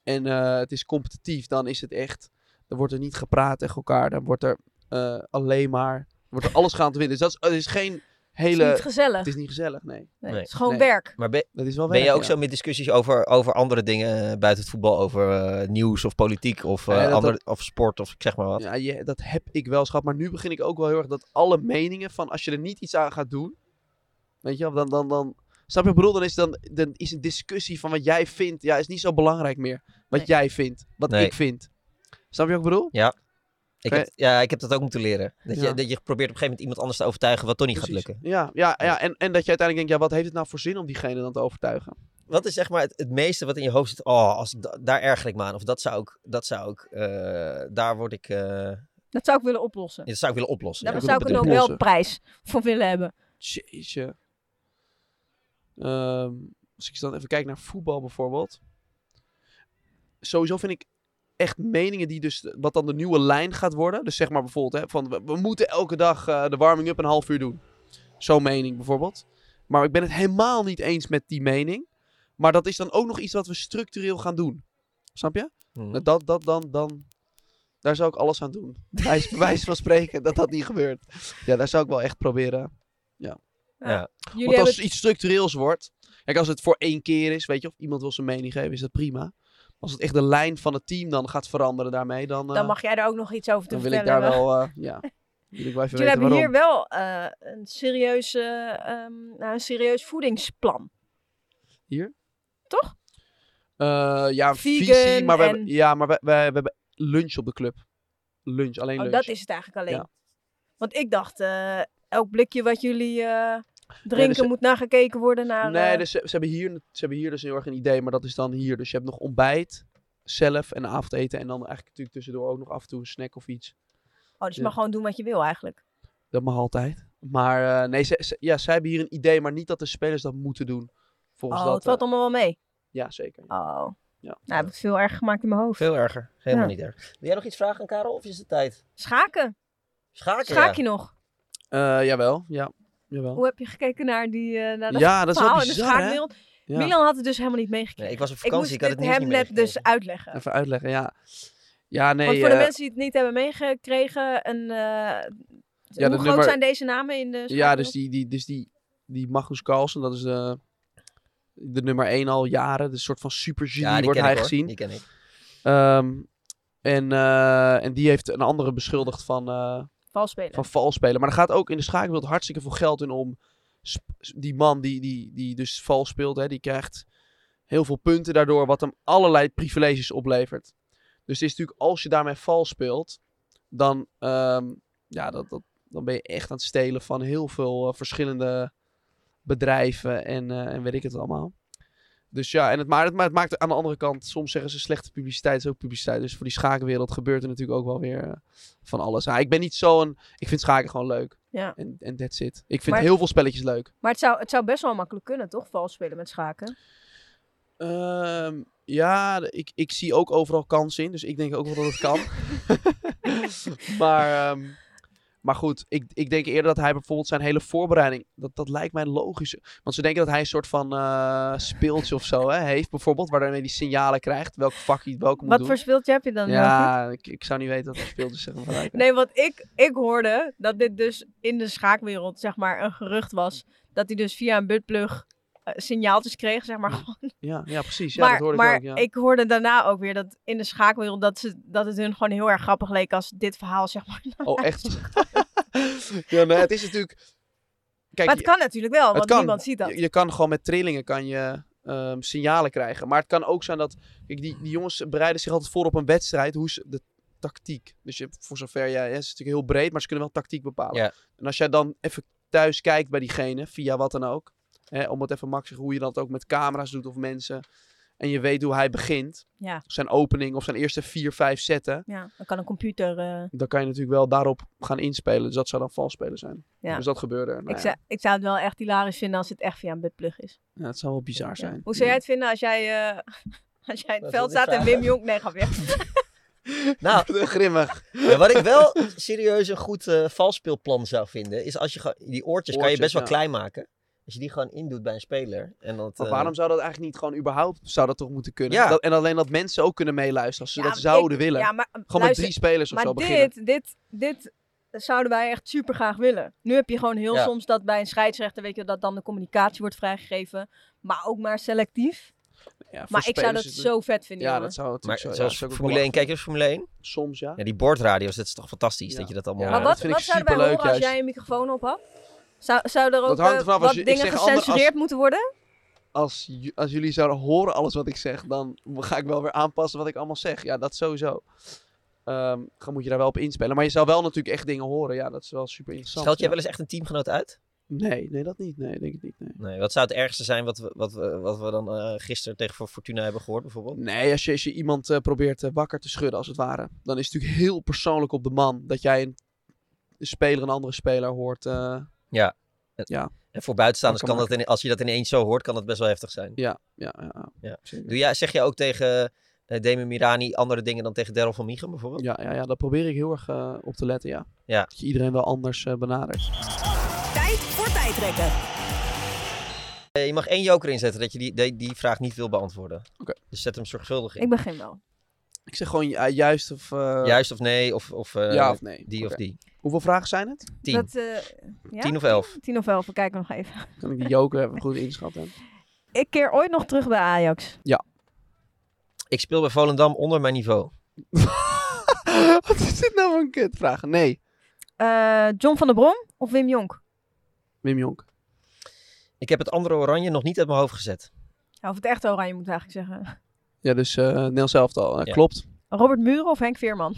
en het is competitief, dan is het echt... Dan wordt er niet gepraat tegen elkaar. Dan wordt er alleen maar... wordt er alles gaan te winnen. Dus dat is geen hele... Het is niet gezellig. Het is niet gezellig, nee. Het is gewoon werk. Maar dat is wel ben werk, je ook zo met discussies over andere dingen buiten het voetbal? Over nieuws of politiek of, of sport of zeg maar wat? Ja, dat heb ik wel schat. Maar nu begin ik ook wel heel erg dat alle meningen van... Als je er niet iets aan gaat doen... Weet je wel, dan snap je wat ik bedoel? Dan is een discussie van wat jij vindt... Ja, is niet zo belangrijk meer. Wat jij vindt. Wat ik vind. Snap je wat ik bedoel? Ja. Ik heb dat ook moeten leren. Dat je probeert op een gegeven moment iemand anders te overtuigen wat toch niet gaat lukken. Ja. En dat je uiteindelijk denkt, wat heeft het nou voor zin om diegene dan te overtuigen? Wat is zeg maar het meeste wat in je hoofd zit? Daar erger ik me aan. Of dat zou ik daar word ik... Dat zou ik willen oplossen. Ja, dat zou ik willen oplossen. Daar zou ik een Nobelprijs voor willen hebben. Jeetje. Als ik dan even kijk naar voetbal bijvoorbeeld. Sowieso vind ik echt meningen die dus, wat dan de nieuwe lijn gaat worden. Dus zeg maar bijvoorbeeld, van we moeten elke dag de warming-up een half uur doen. Zo'n mening bijvoorbeeld. Maar ik ben het helemaal niet eens met die mening. Maar dat is dan ook nog iets wat we structureel gaan doen. Snap je? Dan daar zou ik alles aan doen. Wijs van spreken dat niet gebeurt. Ja, daar zou ik wel echt proberen. Ja. Want als het iets structureels wordt. Kijk, als het voor 1 keer is, weet je, of iemand wil zijn mening geven, is dat prima. Als het echt de lijn van het team dan gaat veranderen daarmee, dan mag jij er ook nog iets over te vertellen. Dan wil ik daar wel, wil ik wel even Jullie hebben waarom. hier wel een serieus voedingsplan. Hier? Toch? Ja, Vegan visie, maar we hebben lunch op de club. Alleen lunch. Dat is het eigenlijk alleen. Ja. Want ik dacht, elk blikje wat jullie drinken moet nagekeken worden naar... Nee, dus ze hebben hier dus heel erg een idee, maar dat is dan hier. Dus je hebt nog ontbijt zelf en avondeten en dan eigenlijk natuurlijk tussendoor ook nog af en toe een snack of iets. Dus je mag gewoon doen wat je wil eigenlijk. Dat mag altijd. Maar nee, zij hebben hier een idee, maar niet dat de spelers dat moeten doen. Het valt allemaal wel mee? Ja, zeker. Ja, heb ik het veel erger gemaakt in mijn hoofd. Veel erger. Helemaal niet erg. Wil jij nog iets vragen aan Karel of is het tijd? Schaken. Schaak je nog? Jawel. Jawel. Hoe heb je gekeken naar dat dat is wel bizar, in de schaakwereld? Ja. Milan had het dus helemaal niet meegekregen. Nee, ik was op vakantie, ik had het nieuws niet meegekregen. Ik moest het hem net dus uitleggen. Even uitleggen, ja. Ja, nee. Want voor de mensen die het niet hebben meegekregen, hoe groot zijn deze namen in de schaakwereld? Ja, dus die Magnus Carlsen, dat is de nummer 1 al jaren. De soort van supergenie wordt hij gezien. Die ken ik. En die heeft een andere beschuldigd van... Valspelen. Van valspelen. Maar er gaat ook in de schaakwereld hartstikke veel geld in om. Die man die dus vals speelt, die krijgt heel veel punten daardoor, wat hem allerlei privileges oplevert. Dus het is natuurlijk, als je daarmee vals speelt, dan, dan ben je echt aan het stelen van heel veel verschillende bedrijven en weet ik het allemaal. Dus ja, maar het maakt aan de andere kant, soms zeggen ze slechte publiciteit is ook publiciteit. Dus voor die schakenwereld gebeurt er natuurlijk ook wel weer van alles. Ik ben niet ik vind schaken gewoon leuk. Ja. En that's it. Ik vind heel veel spelletjes leuk. Maar het zou best wel makkelijk kunnen, toch? Vals spelen met schaken. Ik zie ook overal kansen in. Dus ik denk ook wel dat het kan. Maar goed, ik denk eerder dat hij bijvoorbeeld zijn hele voorbereiding... Dat lijkt mij logisch. Want ze denken dat hij een soort van speeltje of zo heeft, bijvoorbeeld. Waarmee hij die signalen krijgt. Welke vak hij welke moet doen. Wat voor speeltje heb je dan? Ja, ik zou niet weten wat voor speeltjes zeggen vanuit. Nee, want ik hoorde dat dit dus in de schaakwereld, zeg maar, een gerucht was. Dat hij dus via een buttplug signaaltjes kreeg, zeg maar. Ja, precies. Ja, dat hoorde ik ook, ja. Ik hoorde daarna ook weer dat in de schaakwereld dat het hun gewoon heel erg grappig leek als dit verhaal, zeg maar. Oh, echt? Ja, nee, het is natuurlijk... Kijk, maar het kan natuurlijk wel, want niemand ziet dat. Je kan gewoon met trillingen signalen krijgen. Maar het kan ook zijn dat... Kijk, die jongens bereiden zich altijd voor op een wedstrijd. Hoe is de tactiek? Dus voor zover het is natuurlijk heel breed, maar ze kunnen wel tactiek bepalen. Ja. En als jij dan even thuis kijkt bij diegene, via wat dan ook... om het even makkelijk hoe je dat ook met camera's doet of mensen. En je weet hoe hij begint. Ja. Zijn opening of zijn eerste 4-5 zetten. Ja, dan kan een computer... Dan kan je natuurlijk wel daarop gaan inspelen. Dus dat zou dan vals spelen zijn. Ja. Dus dat gebeurde. Ik zou het wel echt hilarisch vinden als het echt via een buttplug is. Ja, het zou wel bizar zijn. Hoe zou jij het vinden als jij in het veld staat en Wim Jonk... Nee, ga weer. Nou, grimmig. Ja, wat ik wel serieus een goed valsspeelplan zou vinden... is als je die oortjes kan je best wel klein maken... Als je die gewoon indoet bij een speler. En dat, maar waarom zou dat eigenlijk niet gewoon überhaupt... Zou dat toch moeten kunnen? Ja. En alleen dat mensen ook kunnen meeluisteren als ze dat zouden willen. Ja, maar, gewoon met 3 spelers of zo beginnen. Dit zouden wij echt super graag willen. Nu heb je gewoon heel soms dat bij een scheidsrechter, weet je, dat dan de communicatie wordt vrijgegeven. Maar ook maar selectief. Ja, maar ik zou dat zo vet vinden. Ja, jongen. dat zou het maar zo. Zoals Formule 1, kijk je eens Formule 1? Soms, ja. Ja, die boordradio's, dat is toch fantastisch dat je dat allemaal... Maar wat zouden wij horen als jij een microfoon op had? Zou er ook wat dingen gecensureerd moeten worden? Als jullie zouden horen alles wat ik zeg, dan ga ik wel weer aanpassen wat ik allemaal zeg. Ja, dat sowieso. Dan moet je daar wel op inspelen. Maar je zou wel natuurlijk echt dingen horen. Ja, dat is wel super interessant. Scheld jij wel eens echt een teamgenoot uit? Nee, dat niet. Nee, denk ik niet. Nee, wat zou het ergste zijn wat we dan gisteren tegen Fortuna hebben gehoord bijvoorbeeld? Nee, als je iemand probeert wakker te schudden als het ware. Dan is het natuurlijk heel persoonlijk op de man. Dat jij een speler een andere speler hoort. Ja. En voor buitenstaanders kan dat, als je dat ineens zo hoort, kan dat best wel heftig zijn. Ja. Zeg je ook tegen Demi Mirani andere dingen dan tegen Daryl van Michel bijvoorbeeld? Ja, daar probeer ik heel erg op te letten, ja. Dat je iedereen wel anders benadert. Tijd voor tijdrekken. Je mag 1 joker inzetten dat je die vraag niet wil beantwoorden. Oké. Dus zet hem zorgvuldig in. Ik begin wel. Ik zeg gewoon juist of... Juist of nee, of ja of nee. Die of die. Hoeveel vragen zijn het? 10. Dat, 10 of 11? 10 of 11, we kijken nog even. Kan ik die joker even goed inschatten? Ik keer ooit nog terug bij Ajax. Ja. Ik speel bij Volendam onder mijn niveau. Wat is dit nou voor een kutvraag? Nee. John van der Brom of Wim Jonk? Wim Jonk. Ik heb het andere oranje nog niet uit mijn hoofd gezet. Of het echte oranje moet ik eigenlijk zeggen. Ja, dus Nederlands elftal. Klopt. Robert Muren of Henk Veerman?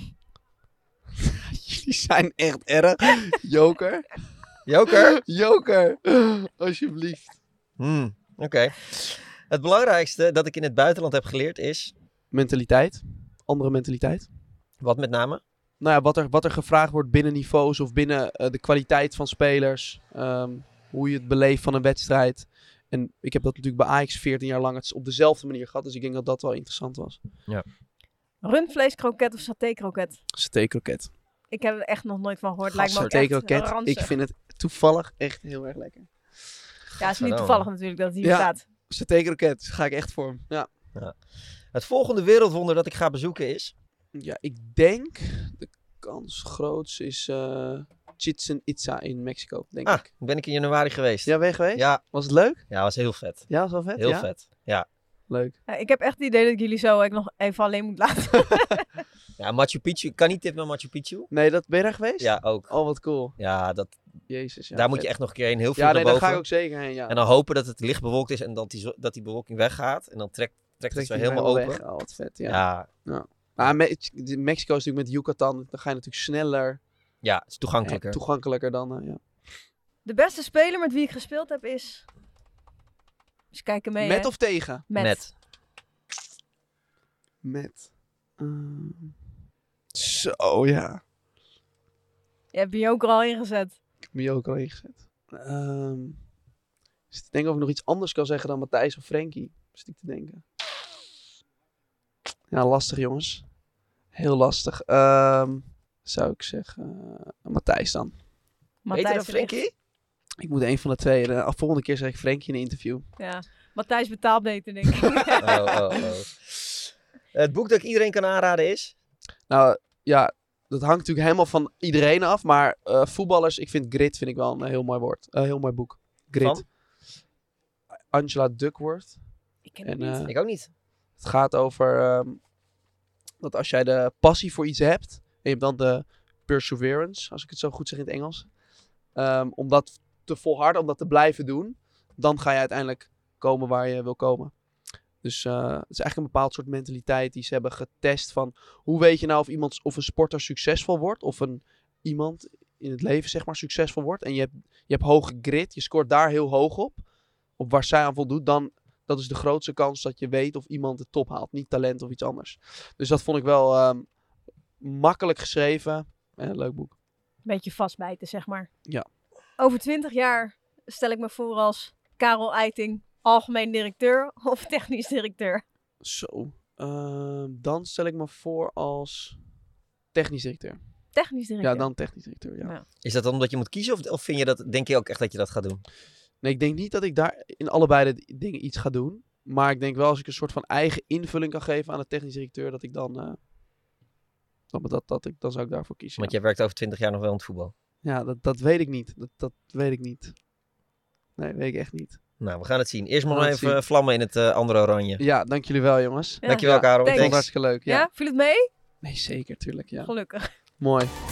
Jullie zijn echt erg. Joker. Joker? Alsjeblieft. Oké. Het belangrijkste dat ik in het buitenland heb geleerd is... Mentaliteit. Andere mentaliteit. Wat met name? Nou ja, wat er gevraagd wordt binnen niveaus of binnen de kwaliteit van spelers. Hoe je het beleeft van een wedstrijd. En ik heb dat natuurlijk bij Ajax 14 jaar lang op dezelfde manier gehad. Dus ik denk dat dat wel interessant was. Ja. Rundvleeskroket of satékroket? Satékroket. Ik heb er echt nog nooit van gehoord. Lijkt me ook echt ranzig. Ik vind het toevallig echt heel erg lekker. Ja, het is niet toevallig natuurlijk dat het hier staat. Satékroket, ga ik echt voor. Ja. Het volgende wereldwonder dat ik ga bezoeken is? Ja, ik denk de kans grootst is Chichen Itza in Mexico, denk ik. Ben ik in januari geweest. Ja, ben je geweest? Ja. Was het leuk? Ja, was heel vet. Ja, was wel vet? Heel vet, ja. Leuk. Ja, ik heb echt het idee dat ik jullie zo nog even alleen moet laten. Ja, Machu Picchu. Ik kan niet tippen met Machu Picchu. Nee, ben je daar geweest? Ja, ook. Oh, wat cool. Ja, Jezus, ja, daar vet. moet je echt nog een keer heen. Heel veel naar boven. daar ga ik ook zeker heen, ja. En dan hopen dat het licht bewolkt is en dat die bewolking weggaat. En dan trekt het zo helemaal open. Weg. Oh, wat vet, ja. Maar Mexico is natuurlijk met Yucatan, dan ga je natuurlijk sneller. Ja, het is toegankelijker. Toegankelijker dan, ja. De beste speler met wie ik gespeeld heb is... Dus kijken mee, Met of tegen? Met. Zo, ja. Je hebt je ook al ingezet. Ik heb je ook al ingezet. Dus ik denk of ik nog iets anders kan zeggen dan Matthijs of Frenkie. Zit ik te denken. Ja, lastig jongens. Heel lastig. Zou ik zeggen Matthijs dan. Beter dan Frenkie? Ik moet een van de twee. De volgende keer zeg ik Frenkie in een interview. Ja, Matthijs betaalt beter, denk ik. Oh. Het boek dat ik iedereen kan aanraden is? Nou, ja, dat hangt natuurlijk helemaal van iedereen af. Maar voetballers, ik vind Grit vind ik wel een heel mooi woord. Heel mooi boek. Grit. Van? Angela Duckworth. Ik ken het niet. Ik ook niet. Het gaat over dat als jij de passie voor iets hebt. En je hebt dan de perseverance, als ik het zo goed zeg in het Engels. Om dat te volharden, om dat te blijven doen. Dan ga je uiteindelijk komen waar je wil komen. Dus het is eigenlijk een bepaald soort mentaliteit die ze hebben getest van... Hoe weet je nou of een sporter succesvol wordt? Of iemand in het leven zeg maar succesvol wordt? En je hebt hoge grit, je scoort daar heel hoog op. Op waar zij aan voldoet, dan... Dat is de grootste kans dat je weet of iemand de top haalt. Niet talent of iets anders. Dus dat vond ik wel makkelijk geschreven. En een leuk boek. Beetje vastbijten, zeg maar. Ja. Over 20 jaar stel ik me voor als Karel Eiting, algemeen directeur of technisch directeur? Zo. Dan stel ik me voor als technisch directeur. Technisch directeur? Ja, dan technisch directeur, ja. Is dat dan omdat je moet kiezen of denk je ook echt dat je dat gaat doen? Nee, ik denk niet dat ik daar in allebei de dingen iets ga doen. Maar ik denk wel als ik een soort van eigen invulling kan geven aan de technisch directeur, dat ik dan zou ik daarvoor kiezen. Want jij werkt over 20 jaar nog wel in het voetbal. Ja, dat weet ik niet. Dat weet ik niet. Nee, weet ik echt niet. Nou, we gaan het zien. Eerst maar even vlammen in het andere oranje. Ja, dank jullie wel, jongens. Ja. Dankjewel, Karel. Ik vond het hartstikke leuk. Ja, viel het mee? Nee, zeker, tuurlijk. Ja. Gelukkig. Mooi.